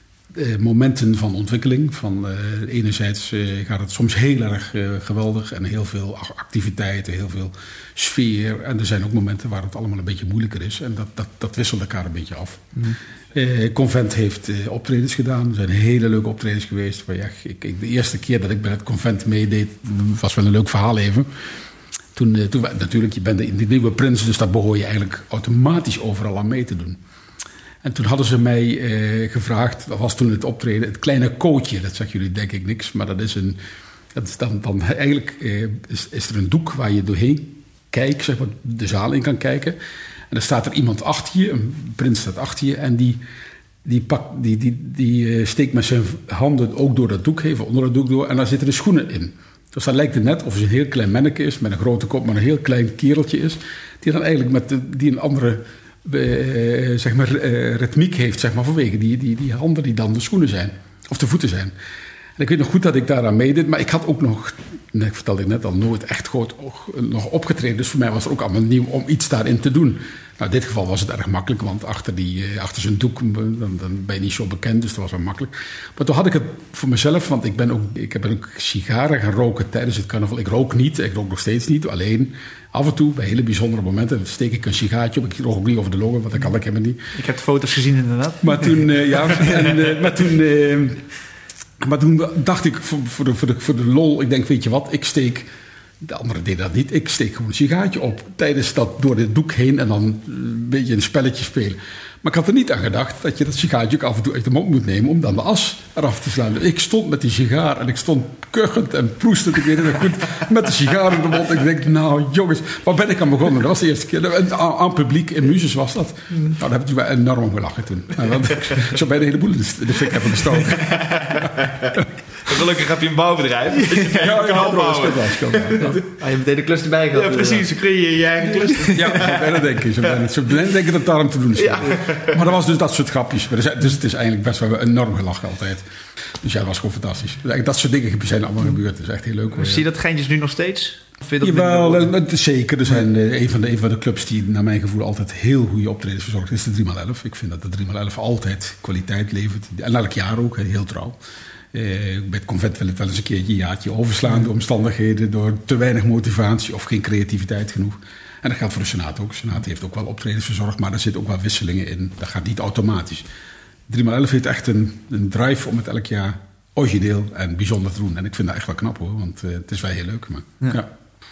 uh, momenten van ontwikkeling. Van, uh, enerzijds uh, gaat het soms heel erg uh, geweldig en heel veel activiteiten, heel veel sfeer. En er zijn ook momenten waar het allemaal een beetje moeilijker is en dat, dat, dat wisselt elkaar een beetje af. Mm. Uh, Convent heeft uh, optredens gedaan. Er zijn hele leuke optredens geweest. Maar ja, ik, ik, de eerste keer dat ik bij het Convent meedeed, was wel een leuk verhaal even. Toen, uh, toen natuurlijk, je bent de, de nieuwe prins, dus daar behoor je eigenlijk automatisch overal aan mee te doen. En toen hadden ze mij uh, gevraagd, dat was toen het optreden, het kleine kootje. Dat zeggen jullie denk ik niks, maar dat is een, Dat is dan, dan eigenlijk uh, is, is er een doek waar je doorheen kijkt, zeg maar, de zaal in kan kijken. En dan staat er iemand achter je, een prins staat achter je, en die, die, pakt, die, die, die uh, steekt met zijn handen ook door dat doek heen, onder het doek door, en daar zitten de schoenen in. Dus dan lijkt het net of het een heel klein manneke is, met een grote kop, maar een heel klein kereltje is, die dan eigenlijk met de, die een andere uh, zeg maar, uh, ritmiek heeft, zeg maar, vanwege die, die, die handen die dan de schoenen zijn, of de voeten zijn. En ik weet nog goed dat ik daaraan meedeed, maar ik had ook nog, dat vertelde ik net al, nooit echt goed nog opgetreden. Dus voor mij was het ook allemaal nieuw om iets daarin te doen. Nou, in dit geval was het erg makkelijk, want achter, die, achter zijn doek dan, dan ben je niet zo bekend, dus dat was wel makkelijk. Maar toen had ik het voor mezelf, want ik ben ook, ik heb ook sigaren gaan roken tijdens het carnaval. Ik rook niet, ik rook nog steeds niet, alleen af en toe, bij hele bijzondere momenten, steek ik een sigaartje op. Ik rook ook niet over de longen, want dat kan ik helemaal niet. Ik heb de foto's gezien inderdaad. Maar toen, uh, ja, en, uh, maar toen... Uh, Maar toen dacht ik voor, voor, de, voor, de, voor de lol, ik denk, weet je wat, ik steek, de anderen deden dat niet, ik steek gewoon een sigaartje op tijdens dat door dit doek heen en dan een beetje een spelletje spelen. Maar ik had er niet aan gedacht dat je dat sigaartje ook af en toe uit de mond moet nemen om dan de as eraf te slaan. Ik stond met die sigaar en ik stond kuchend en proestend, ik weet het nog goed, met de sigaar in de mond. Ik denk, nou jongens, waar ben ik aan begonnen? Dat was de eerste keer. En aan, aan publiek in Muzes was dat. Nou, daar heb ik wel enorm gelachen toen. En want, ik zou bij de hele boel in de fik hebben gestoken. Gelukkig heb je een bouwbedrijf. Ja, ja, ja, trouwens, dat was kan. Ah, je meteen de klus erbij gehad. Ja, precies. Dan kun je je eigen klus. Ja, zo bijna denken. Zo bijna, zo bijna denken dat daarom te doen is. Ja. Maar dat was dus dat soort grapjes. Dus het is eigenlijk best wel enorm gelachen altijd. Dus ja, dat was gewoon fantastisch. Dat soort dingen zijn allemaal gebeurd. Dat is echt heel leuk. Zie je dat geintjes nu nog steeds? Jawel, dat is zeker. Er zijn uh, een, van de, een van de clubs die naar mijn gevoel altijd heel goede optredens verzorgt. is de drie maal elf. Ik vind dat de drie maal elf altijd kwaliteit levert. En elk jaar ook, heel trouw. Uh, bij het convent wil het wel eens een keertje een jaartje overslaan door omstandigheden, door te weinig motivatie of geen creativiteit genoeg. En dat geldt voor de Senaat ook. De Senaat heeft ook wel optredens verzorgd, maar er zitten ook wel wisselingen in. Dat gaat niet automatisch. drie maal elf heeft echt een, een drive om het elk jaar origineel en bijzonder te doen. En ik vind dat echt wel knap hoor, want uh, het is wel heel leuk. Maar, ja. Ja.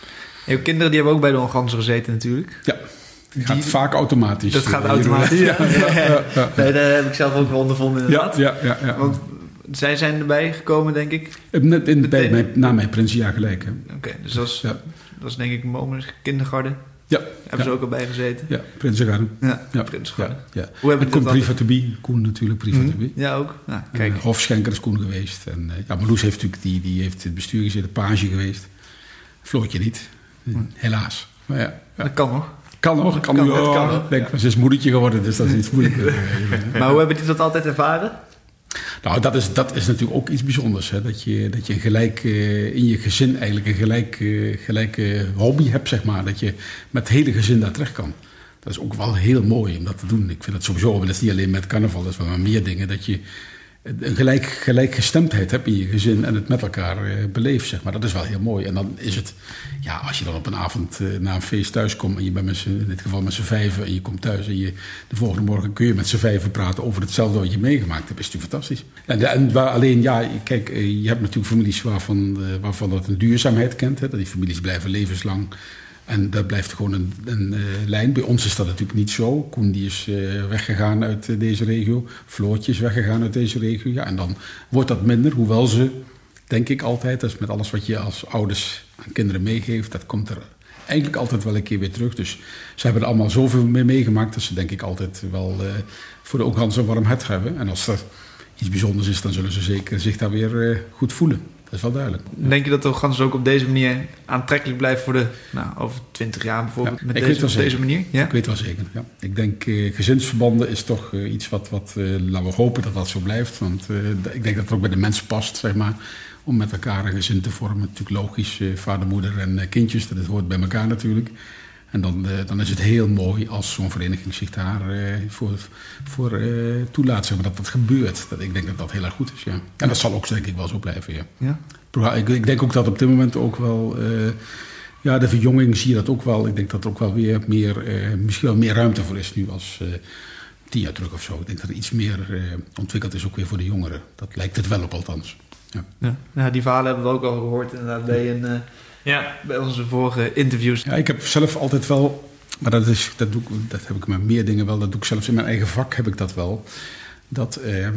Je kinderen die hebben ook bij de Ongansen gezeten natuurlijk. Ja. Het gaat die, vaak automatisch. Dat gaat automatisch, ja. ja, ja, ja, ja. Nee, daar heb ik zelf ook wel ondervonden inderdaad. Ja, ja, ja, ja. Want zij zijn erbij gekomen, denk ik. Net in, bij, bij, na mijn prinsenjaar gelijk. Oké, okay, dus dat is, ja. dat is denk ik Momens kindergarten. Ja. Hebben ja. ze ook al bij gezeten? Ja, Prinsengarden. Ja, ja. Prinsengarden. Ja, ja. Hoe hebben en Koen Priva to be. Koen natuurlijk, Priva mm-hmm. to be. Ja, ook. Nou, kijk. Uh, Hofschenker is Koen geweest. En, uh, ja, Marloes heeft natuurlijk die, die heeft het bestuur gezeten, page geweest. Floortje niet. Mm. Helaas. Maar ja, ja. Dat kan nog. Kan nog. Kan, kan, oh, kan nog. Denk, ja. Ze is moedertje geworden, dus dat is iets moeilijker. Maar hoe hebben die dat altijd ervaren? Nou, dat is, dat is natuurlijk ook iets bijzonders. Hè? Dat je, dat je een gelijk, uh, in je gezin eigenlijk een gelijk, uh, gelijke hobby hebt, zeg maar. Dat je met het hele gezin daar terecht kan. Dat is ook wel heel mooi om dat te doen. Ik vind dat sowieso, maar dat is niet alleen met carnaval, dat is wel maar meer dingen. Dat je een gelijk, gelijkgestemdheid hebt in je gezin en het met elkaar uh, beleeft, zeg maar. Dat is wel heel mooi. En dan is het, ja, als je dan op een avond uh, na een feest thuis komt en je bent met z'n, in dit geval met z'n vijven en je komt thuis en je, de volgende morgen kun je met z'n vijven praten over hetzelfde wat je meegemaakt hebt, is natuurlijk fantastisch. En, en waar alleen, ja, kijk, uh, je hebt natuurlijk families waarvan, uh, waarvan dat een duurzaamheid kent, hè, dat die families blijven levenslang. En dat blijft gewoon een, een uh, lijn. Bij ons is dat natuurlijk niet zo. Koen die is uh, weggegaan uit uh, deze regio. Floortje is weggegaan uit deze regio. Ja, en dan wordt dat minder. Hoewel ze, denk ik altijd, dat is met alles wat je als ouders aan kinderen meegeeft, dat komt er eigenlijk altijd wel een keer weer terug. Dus ze hebben er allemaal zoveel mee meegemaakt dat ze denk ik altijd wel uh, voor de Ongansen een warm hart hebben. En als er iets bijzonders is, dan zullen ze zeker zich daar weer uh, goed voelen. Dat is wel duidelijk. Denk je dat de Ongansen ook op deze manier aantrekkelijk blijft voor de, nou, over twintig jaar bijvoorbeeld, ja, met deze, op deze manier? Ja? Ik weet wel zeker, ja. Ik denk, uh, gezinsverbanden is toch uh, iets wat, wat uh, laten we hopen dat dat zo blijft. Want uh, ik denk dat het ook bij de mens past, zeg maar, om met elkaar een gezin te vormen. Natuurlijk logisch, uh, vader, moeder en uh, kindjes, dat hoort bij elkaar natuurlijk. En dan, uh, dan is het heel mooi als zo'n vereniging zich daar uh, voor, voor uh, toelaat, zeg maar, dat dat gebeurt. Dat, ik denk dat dat heel erg goed is, ja. En dat zal ook denk ik wel zo blijven, ja. ja? Ik, ik denk ook dat op dit moment ook wel, uh, ja, de verjonging zie je dat ook wel. Ik denk dat er ook wel weer meer, uh, misschien wel meer ruimte voor is nu als uh, tien jaar terug of zo. Ik denk dat er iets meer uh, ontwikkeld is ook weer voor de jongeren. Dat lijkt het wel op althans. Ja. Ja. Ja, die verhalen hebben we ook al gehoord inderdaad bij een... Uh... Ja, bij onze vorige interviews. Ja, ik heb zelf altijd wel, maar dat, is, dat, doe ik, dat heb ik met meer dingen wel, dat doe ik zelfs in mijn eigen vak heb ik dat wel. Dat, eh,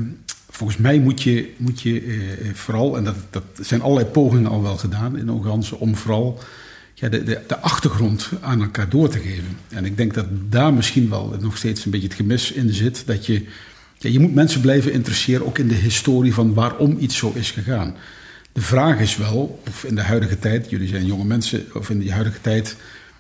volgens mij moet je, moet je uh, vooral, en dat, dat zijn allerlei pogingen al wel gedaan in Oeganse, om vooral ja, de, de, de achtergrond aan elkaar door te geven. En ik denk dat daar misschien wel nog steeds een beetje het gemis in zit. Dat je, ja, je moet mensen blijven interesseren, ook in de historie van waarom iets zo is gegaan. De vraag is wel, of in de huidige tijd, jullie zijn jonge mensen, of in de huidige tijd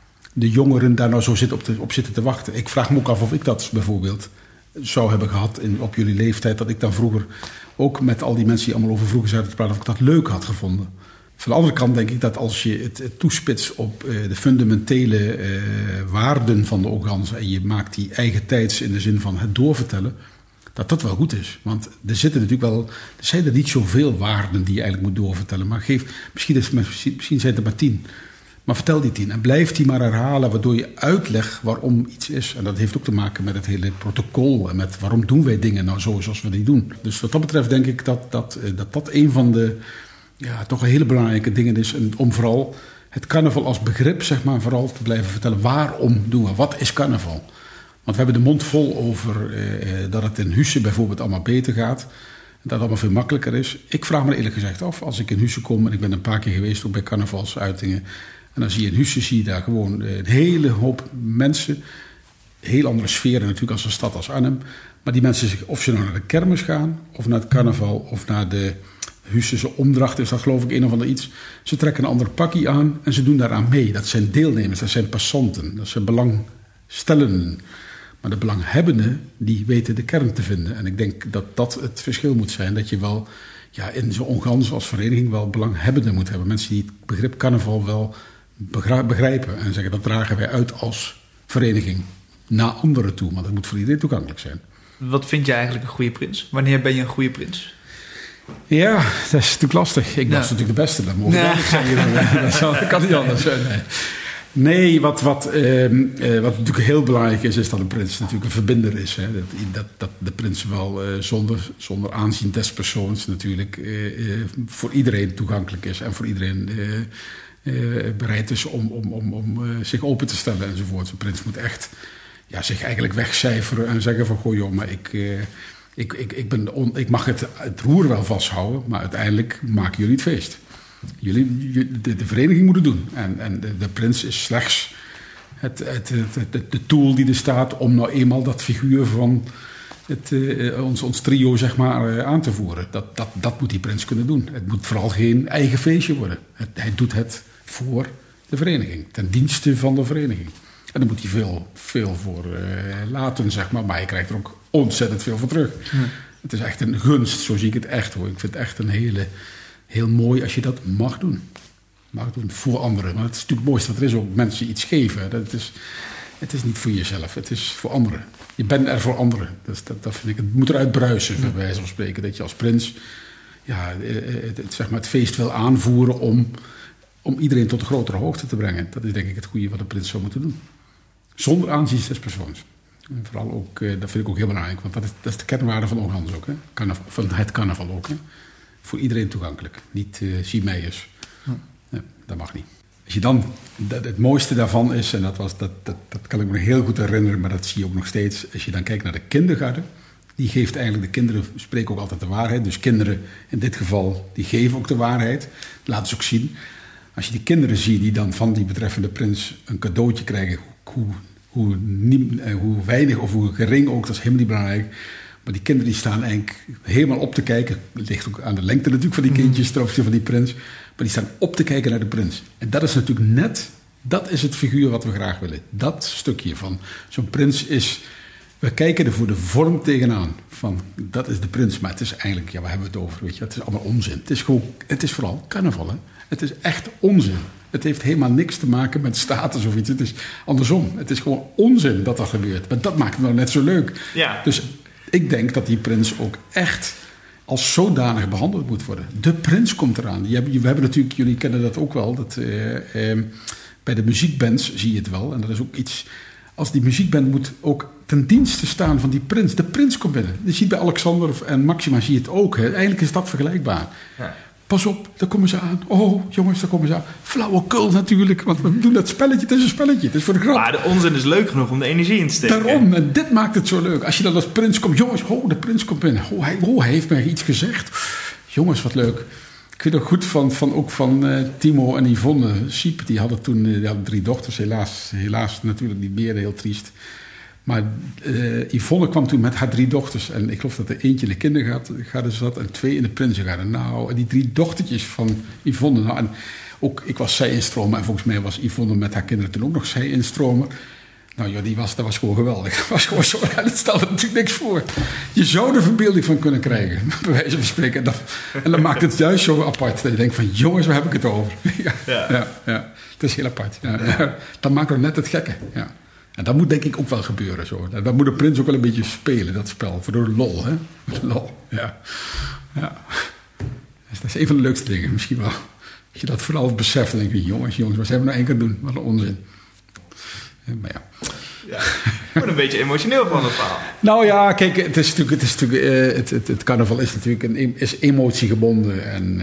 de jongeren daar nou zo zit op, te, op zitten te wachten. Ik vraag me ook af of ik dat bijvoorbeeld zou hebben gehad in, op jullie leeftijd, dat ik dan vroeger ook met al die mensen die allemaal over vroeger zouden praten, of ik dat leuk had gevonden. Van de andere kant denk ik dat als je het, het toespitst op uh, de fundamentele uh, waarden van de Oeganse en je maakt die eigen tijds in de zin van het doorvertellen, dat dat wel goed is. Want er zitten natuurlijk wel, er zijn er niet zoveel waarden die je eigenlijk moet doorvertellen. Maar geef, misschien, is, misschien zijn het er maar tien. Maar vertel die tien en blijf die maar herhalen, waardoor je uitlegt waarom iets is. En dat heeft ook te maken met het hele protocol en met waarom doen wij dingen nou zo zoals we die doen. Dus wat dat betreft denk ik dat dat, dat, dat een van de ja, toch een hele belangrijke dingen is. En om vooral het carnaval als begrip, zeg maar, vooral te blijven vertellen. Waarom doen we? Wat is carnaval? Want we hebben de mond vol over eh, dat het in Husse bijvoorbeeld allemaal beter gaat. Dat het allemaal veel makkelijker is. Ik vraag me eerlijk gezegd af, als ik in Husse kom, en ik ben een paar keer geweest ook bij carnavalsuitingen. En dan zie je in Husse, zie je daar gewoon een hele hoop mensen. Heel andere sferen natuurlijk als een stad als Arnhem. Maar die mensen, of ze nou naar de kermis gaan, of naar het carnaval, of naar de Hussese omdracht, is dat geloof ik een of ander iets. Ze trekken een ander pakje aan en ze doen daaraan mee. Dat zijn deelnemers, dat zijn passanten, dat zijn belangstellenden. Maar de belanghebbenden, die weten de kern te vinden. En ik denk dat dat het verschil moet zijn. Dat je wel ja, in zo'n Oeganse als vereniging wel belanghebbenden moet hebben. Mensen die het begrip carnaval wel begrijpen. En zeggen, dat dragen wij uit als vereniging naar anderen toe. Want het moet voor iedereen toegankelijk zijn. Wat vind je eigenlijk een goede prins? Wanneer ben je een goede prins? Ja, dat is natuurlijk lastig. Ik was ja. natuurlijk de beste. Dat mogen we niet zeggen. Dat kan niet anders zijn. Nee. Nee, wat, wat, uh, uh, wat natuurlijk heel belangrijk is, is dat een prins natuurlijk een verbinder is. Hè. Dat, dat, dat de prins wel uh, zonder, zonder aanzien des persoons natuurlijk uh, uh, voor iedereen toegankelijk is. En voor iedereen uh, uh, bereid is om, om, om, om uh, zich open te stellen enzovoort. Een prins moet echt ja, zich eigenlijk wegcijferen en zeggen van, goh joh, maar ik... Uh, Ik, ik, ik, ben on, ik mag het, het roer wel vasthouden, maar uiteindelijk maken jullie het feest. Jullie, de, de vereniging moet het doen. En, en de, de prins is slechts het, het, het, het, de tool die er staat om nou eenmaal dat figuur van het, uh, ons, ons trio zeg maar, uh, aan te voeren. Dat, dat, dat moet die prins kunnen doen. Het moet vooral geen eigen feestje worden. Het, hij doet het voor de vereniging, ten dienste van de vereniging. En daar moet hij veel, veel voor uh, laten, zeg maar. Maar hij krijgt er ook ontzettend veel voor terug. Ja. Het is echt een gunst, zo zie ik het echt hoor. Ik vind het echt een hele, heel mooi als je dat mag doen. Mag doen voor anderen. Maar het is natuurlijk het mooiste wat er is, ook mensen iets geven. Dat is, het is niet voor jezelf, het is voor anderen. Je bent er voor anderen. Dus dat, dat vind ik, het moet eruit bruisen, ja. bij wijze van spreken. Dat je als prins ja, het, het, zeg maar het feest wil aanvoeren om, om iedereen tot een grotere hoogte te brengen. Dat is denk ik het goede wat een prins zou moeten doen. Zonder aanzien des persoons. En vooral ook, dat vind ik ook heel belangrijk, want dat is, dat is de kernwaarde van Oeganse ook. Hè? Carnaval, van het carnaval ook. Hè? Voor iedereen toegankelijk. Niet uh, Chimeïers. Ja. Ja, dat mag niet. Als je dan, dat, het mooiste daarvan is, en dat, was, dat, dat, dat kan ik me heel goed herinneren, maar dat zie je ook nog steeds. Als je dan kijkt naar de kindergarten, die geeft eigenlijk, de kinderen spreken ook altijd de waarheid. Dus kinderen in dit geval, die geven ook de waarheid. Laten ze ook zien. Als je die kinderen ziet die dan van die betreffende prins een cadeautje krijgen, hoe, hoe, nie, hoe weinig of hoe gering ook, dat is helemaal niet belangrijk. Maar die kinderen die staan eigenlijk helemaal op te kijken. Het ligt ook aan de lengte natuurlijk van die kindjes ten opzichte van die prins. Maar die staan op te kijken naar de prins. En dat is natuurlijk net, dat is het figuur wat we graag willen. Dat stukje van zo'n prins is, we kijken er voor de vorm tegenaan. Van, dat is de prins, maar het is eigenlijk, ja, waar hebben we het over? Weet je? Het is allemaal onzin. Het is, gewoon, het is vooral carnaval, hè? Het is echt onzin. Het heeft helemaal niks te maken met status of iets. Het is andersom. Het is gewoon onzin dat dat gebeurt. Maar dat maakt het nou net zo leuk. Ja. Dus ik denk dat die prins ook echt als zodanig behandeld moet worden. De prins komt eraan. We hebben natuurlijk, jullie kennen dat ook wel. Dat, uh, uh, bij de muziekbands zie je het wel. En dat is ook iets. Als die muziekband moet ook ten dienste staan van die prins. De prins komt binnen. Je ziet bij Alexander en Maxima zie je het ook. Hè. Eigenlijk is dat vergelijkbaar. Ja. Pas op, daar komen ze aan. Oh, jongens, daar komen ze aan. Flauwekul natuurlijk, want we doen dat spelletje. Het is een spelletje, het is voor de grap. Maar de onzin is leuk genoeg om de energie in te steken. Daarom, en dit maakt het zo leuk. Als je dan als prins komt, jongens, oh, de prins komt binnen. Oh, hij, oh, hij heeft mij iets gezegd. Jongens, wat leuk. Ik weet nog goed van, van, ook van uh, Timo en Yvonne Siep. Die hadden toen uh, die hadden drie dochters, helaas, helaas natuurlijk niet meer, heel triest. Maar uh, Yvonne kwam toen met haar drie dochters. En ik geloof dat er eentje in de kindergarten zat en twee in de prinsengarten. Nou, en die drie dochtertjes van Yvonne. Nou, en ook, ik was zij-instromer en volgens mij was Yvonne met haar kinderen toen ook nog zij-instromer. Nou ja, die was, dat was gewoon geweldig. Dat was gewoon zo, dat stelde natuurlijk niks voor. Je zou er verbeelding van kunnen krijgen, bij wijze van spreken. En, dat, en dan maakt het juist zo apart. Dat je denkt van, jongens, waar heb ik het over? ja, ja. Ja, ja, het is heel apart. Ja, ja. Dat maakt het net het gekke, ja. En dat moet denk ik ook wel gebeuren. Zo. Dat moet de prins ook wel een beetje spelen, dat spel. Voor de lol, hè? De lol, ja. ja. Dus dat is een van de leukste dingen, misschien wel. Als je dat vooral beseft, dan denk je, jongens, jongens, wat zijn we nou één keer doen? Wat een onzin. Ja, maar ja. Ja, ik word een beetje emotioneel van het verhaal. Nou ja, kijk, het is natuurlijk, het, is natuurlijk, uh, het, het, het carnaval is natuurlijk een, is emotiegebonden. En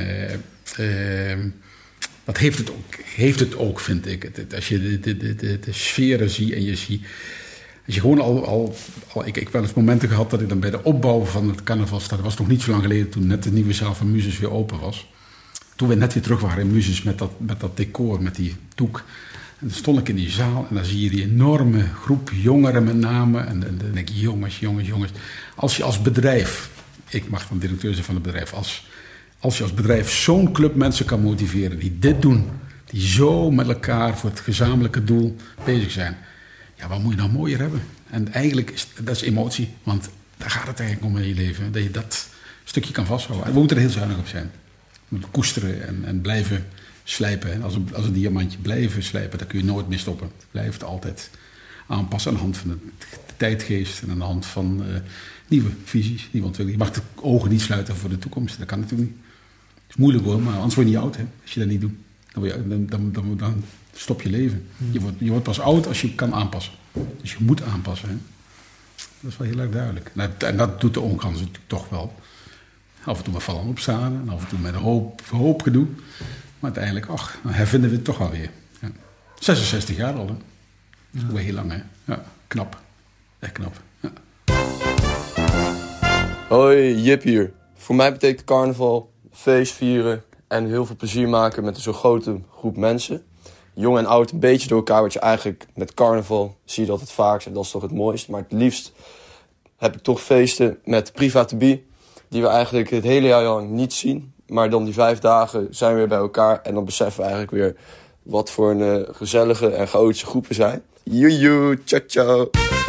uh, uh, dat heeft het ook, heeft het ook vind ik. Het, het, als je de, de, de, de, de sferen ziet en je ziet... Als je gewoon al... al, al ik heb wel eens momenten gehad dat ik dan bij de opbouw van het carnaval sta. Dat was nog niet zo lang geleden toen net de nieuwe zaal van Muses weer open was. Toen we net weer terug waren in Muses met dat, met dat decor, met die doek. En dan stond ik in die zaal en dan zie je die enorme groep jongeren met name. En, en dan denk je, jongens, jongens, jongens. Als je als bedrijf, ik mag dan directeur zijn van het bedrijf, als, als je als bedrijf zo'n club mensen kan motiveren die dit doen, die zo met elkaar voor het gezamenlijke doel bezig zijn. Ja, wat moet je nou mooier hebben? En eigenlijk is dat is emotie, want daar gaat het eigenlijk om in je leven. Dat je dat stukje kan vasthouden. En we moeten er heel zuinig op zijn. We moeten koesteren en, en blijven slijpen. Als een, als een diamantje blijven slijpen, dan kun je nooit meer stoppen. Blijf het altijd aanpassen aan de hand van de, de tijdgeest en aan de hand van uh, nieuwe visies, nieuwe ontwikkelingen. Je mag de ogen niet sluiten voor de toekomst. Dat kan natuurlijk niet. Het is moeilijk hoor, maar anders word je niet oud. Hè? Als je dat niet doet, dan, word je, dan, dan, dan, dan stop je leven. Je wordt, je wordt pas oud als je kan aanpassen. Dus je moet aanpassen. Hè? Dat is wel heel erg duidelijk. En dat, en dat doet de ongans natuurlijk toch wel. Af en toe met vallen opstaan en af en toe met een hoop, hoop gedoe. Maar uiteindelijk, ach, dan hervinden we het toch wel weer. Ja. zesenzestig jaar al, hè. Dat is wel heel lang, hè. Ja, knap. Echt knap. Ja. Hoi, Jip hier. Voor mij betekent carnaval feest vieren en heel veel plezier maken met een zo grote groep mensen. Jong en oud een beetje door elkaar, wat je eigenlijk met carnaval zie je dat het vaakst en dat is toch het mooist. Maar het liefst heb ik toch feesten met private bie, die we eigenlijk het hele jaar lang niet zien. Maar dan die vijf dagen zijn we weer bij elkaar en dan beseffen we eigenlijk weer wat voor een uh, gezellige en chaotische groep we zijn. Joejoe, ciao ciao.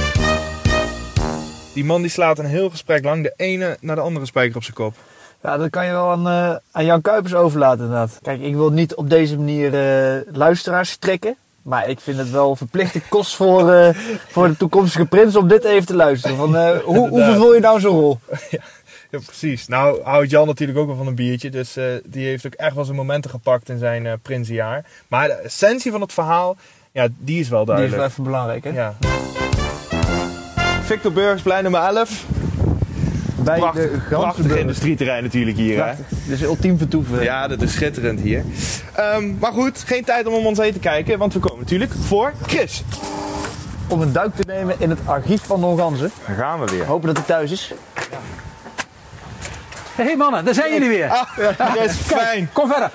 Die man die slaat een heel gesprek lang de ene naar de andere spijker op zijn kop. Ja, dat kan je wel aan, uh, aan Jan Kuipers overlaten inderdaad. Kijk, ik wil niet op deze manier uh, luisteraars trekken. Maar ik vind het wel verplichte kost voor, uh, voor de toekomstige prins om dit even te luisteren. Van, uh, hoe, hoe vervul je nou zo'n rol? Ja. Ja, precies. Nou houdt Jan natuurlijk ook wel van een biertje. Dus uh, die heeft ook echt wel zijn momenten gepakt in zijn uh, prinsenjaar. Maar de essentie van het verhaal, ja, die is wel duidelijk. Die is wel even belangrijk, hè? Ja. Victor Burgs, blij nummer elf. Bij prachtig, de prachtig industrieterrein natuurlijk hier. Hè? Dit is ultiem vertoeven. Ja, dat is schitterend hier. Um, maar goed, geen tijd om om ons heen te kijken. Want we komen natuurlijk voor Chris. Om een duik te nemen in het archief van de Onganzen. Daar gaan we weer. Hopen dat hij thuis is. Ja. Hé hey mannen, daar zijn jullie weer. Ah, ja, dat is fijn. Kijk, kom verder.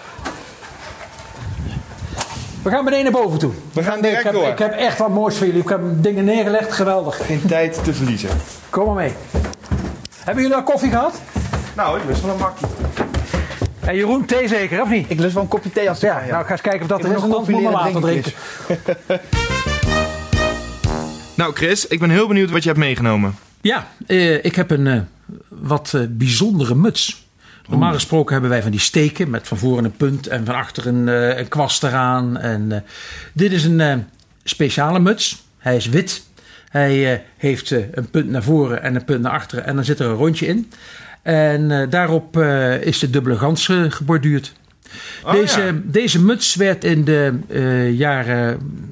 We gaan meteen naar boven toe. We gaan direct ik heb, door. Ik heb echt wat moois voor jullie. Ik heb dingen neergelegd, geweldig. Geen tijd te verliezen. Kom maar mee. Hebben jullie al koffie gehad? Nou, ik lust wel een makkie. En Jeroen, thee zeker, of niet? Ik lust wel een kopje thee als het ja, ja. Nou, ik ga eens kijken of dat ik er is. Anders moet maar water drinken. Nou Chris, ik ben heel benieuwd wat je hebt meegenomen. Ja, uh, ik heb een uh, wat uh, bijzondere muts. Normaal gesproken hebben wij van die steken met van voren een punt en van achter een, uh, een kwast eraan. En, uh, dit is een uh, speciale muts. Hij is wit. Hij uh, heeft uh, een punt naar voren en een punt naar achteren en dan zit er een rondje in. En uh, daarop uh, is de dubbele gans uh, geborduurd. Oh, deze, ja. deze muts werd in de uh, jaren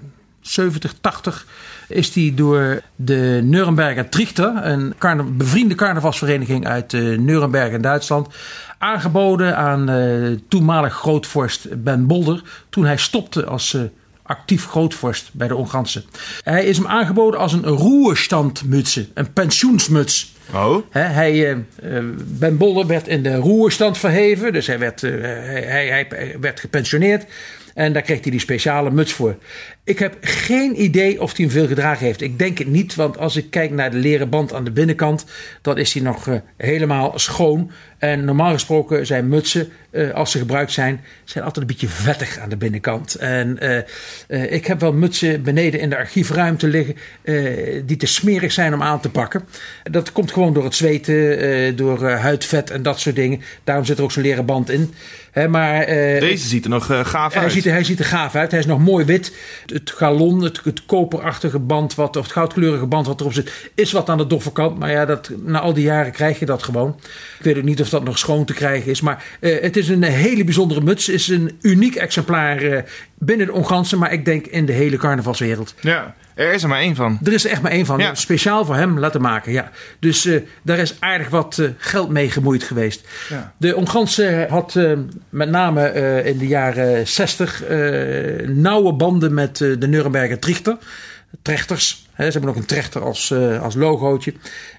zeventig, tachtig is die door de Nuremberger Trichter, een carna- bevriende carnavalsvereniging uit uh, Nuremberg in Duitsland, aangeboden aan uh, toenmalig grootvorst Ben Bolder toen hij stopte als uh, actief grootvorst bij de Ongansen. Hij is hem aangeboden als een roerstandmutse, een pensioensmuts. Oh. He, hij, uh, Ben Bolder werd in de roerstand verheven, dus hij werd, uh, hij, hij, hij werd gepensioneerd. En daar kreeg hij die speciale muts voor. Ik heb geen idee of hij hem veel gedragen heeft. Ik denk het niet, want als ik kijk naar de leren band aan de binnenkant, dan is hij nog uh, helemaal schoon. En normaal gesproken zijn mutsen, uh, als ze gebruikt zijn, zijn altijd een beetje vettig aan de binnenkant. En uh, uh, ik heb wel mutsen beneden in de archiefruimte liggen uh, die te smerig zijn om aan te pakken. Dat komt gewoon door het zweten, uh, door uh, huidvet en dat soort dingen. Daarom zit er ook zo'n leren band in. He, maar, uh, Deze ziet er nog uh, gaaf hij uit. Ziet er, hij ziet er gaaf uit. Hij is nog mooi wit. Het galon, het, het koperachtige band, wat, of het goudkleurige band wat erop zit, is wat aan de doffe kant. Maar ja, dat, na al die jaren krijg je dat gewoon. Ik weet ook niet of dat nog schoon te krijgen is. Maar uh, het is een hele bijzondere muts. Het is een uniek exemplaar uh, binnen de Ongansen, maar ik denk in de hele carnavalswereld. Ja, er is er maar één van. Er is er echt maar één van. Ja. Speciaal voor hem laten maken, ja. Dus uh, daar is aardig wat uh, geld mee gemoeid geweest. Ja. De Ongansen had uh, met name uh, in de jaren zestig uh, nauwe banden met uh, de Nuremberger Trichter. Trechters. He, ze hebben ook een trechter als, uh, als logootje.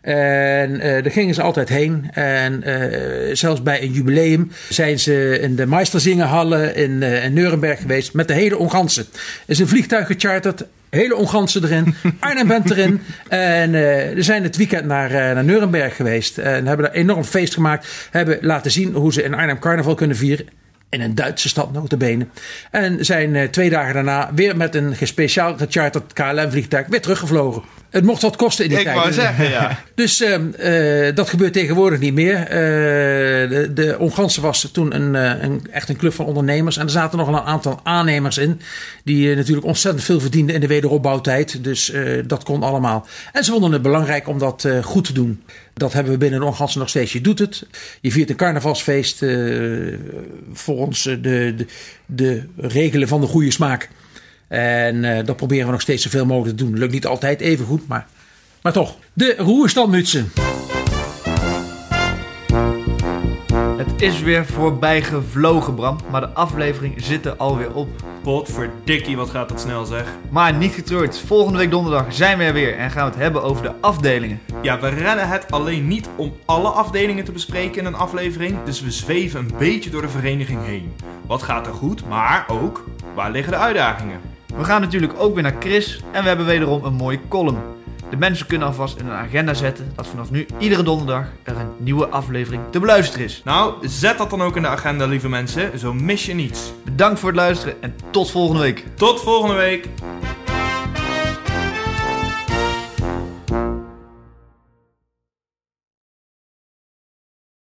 En uh, daar gingen ze altijd heen. En uh, zelfs bij een jubileum zijn ze in de Meisterzingerhallen in, uh, in Nuremberg geweest met de hele Ongansen. Er is een vliegtuig gecharterd. Hele Ongansen erin. Arnhem bent erin. En uh, we zijn het weekend naar, uh, naar Nuremberg geweest. En hebben daar enorm feest gemaakt. Hebben laten zien hoe ze in Arnhem carnaval kunnen vieren. In een Duitse stad notabene. En zijn uh, twee dagen daarna weer met een speciaal gecharterd K L M-vliegtuig weer teruggevlogen. Het mocht wat kosten in die Ik tijd. Ik wou zeggen, ja. Dus uh, uh, dat gebeurt tegenwoordig niet meer. Uh, de, de Ongansen was toen een, uh, een, echt een club van ondernemers. En er zaten nog een aantal aannemers in. Die uh, natuurlijk ontzettend veel verdienden in de wederopbouwtijd. Dus uh, dat kon allemaal. En ze vonden het belangrijk om dat uh, goed te doen. Dat hebben we binnen de Ongansen nog steeds. Je doet het. Je viert een carnavalsfeest uh, volgens uh, de, de, de regelen van de goede smaak. En uh, dat proberen we nog steeds zoveel mogelijk te doen. Lukt niet altijd even goed, maar, maar toch. De roerstandmutsen. Het is weer voorbij gevlogen, Bram. Maar de aflevering zit er alweer op. Potverdikkie, wat gaat dat snel, zeg. Maar niet getreurd. Volgende week donderdag zijn we er weer. En gaan we het hebben over de afdelingen. Ja, we redden het alleen niet om alle afdelingen te bespreken in een aflevering. Dus we zweven een beetje door de vereniging heen. Wat gaat er goed, maar ook, waar liggen de uitdagingen? We gaan natuurlijk ook weer naar Chris. En we hebben wederom een mooie column. De mensen kunnen alvast in een agenda zetten dat vanaf nu iedere donderdag er een nieuwe aflevering te beluisteren is. Nou, zet dat dan ook in de agenda, lieve mensen. Zo mis je niets. Bedankt voor het luisteren en tot volgende week. Tot volgende week.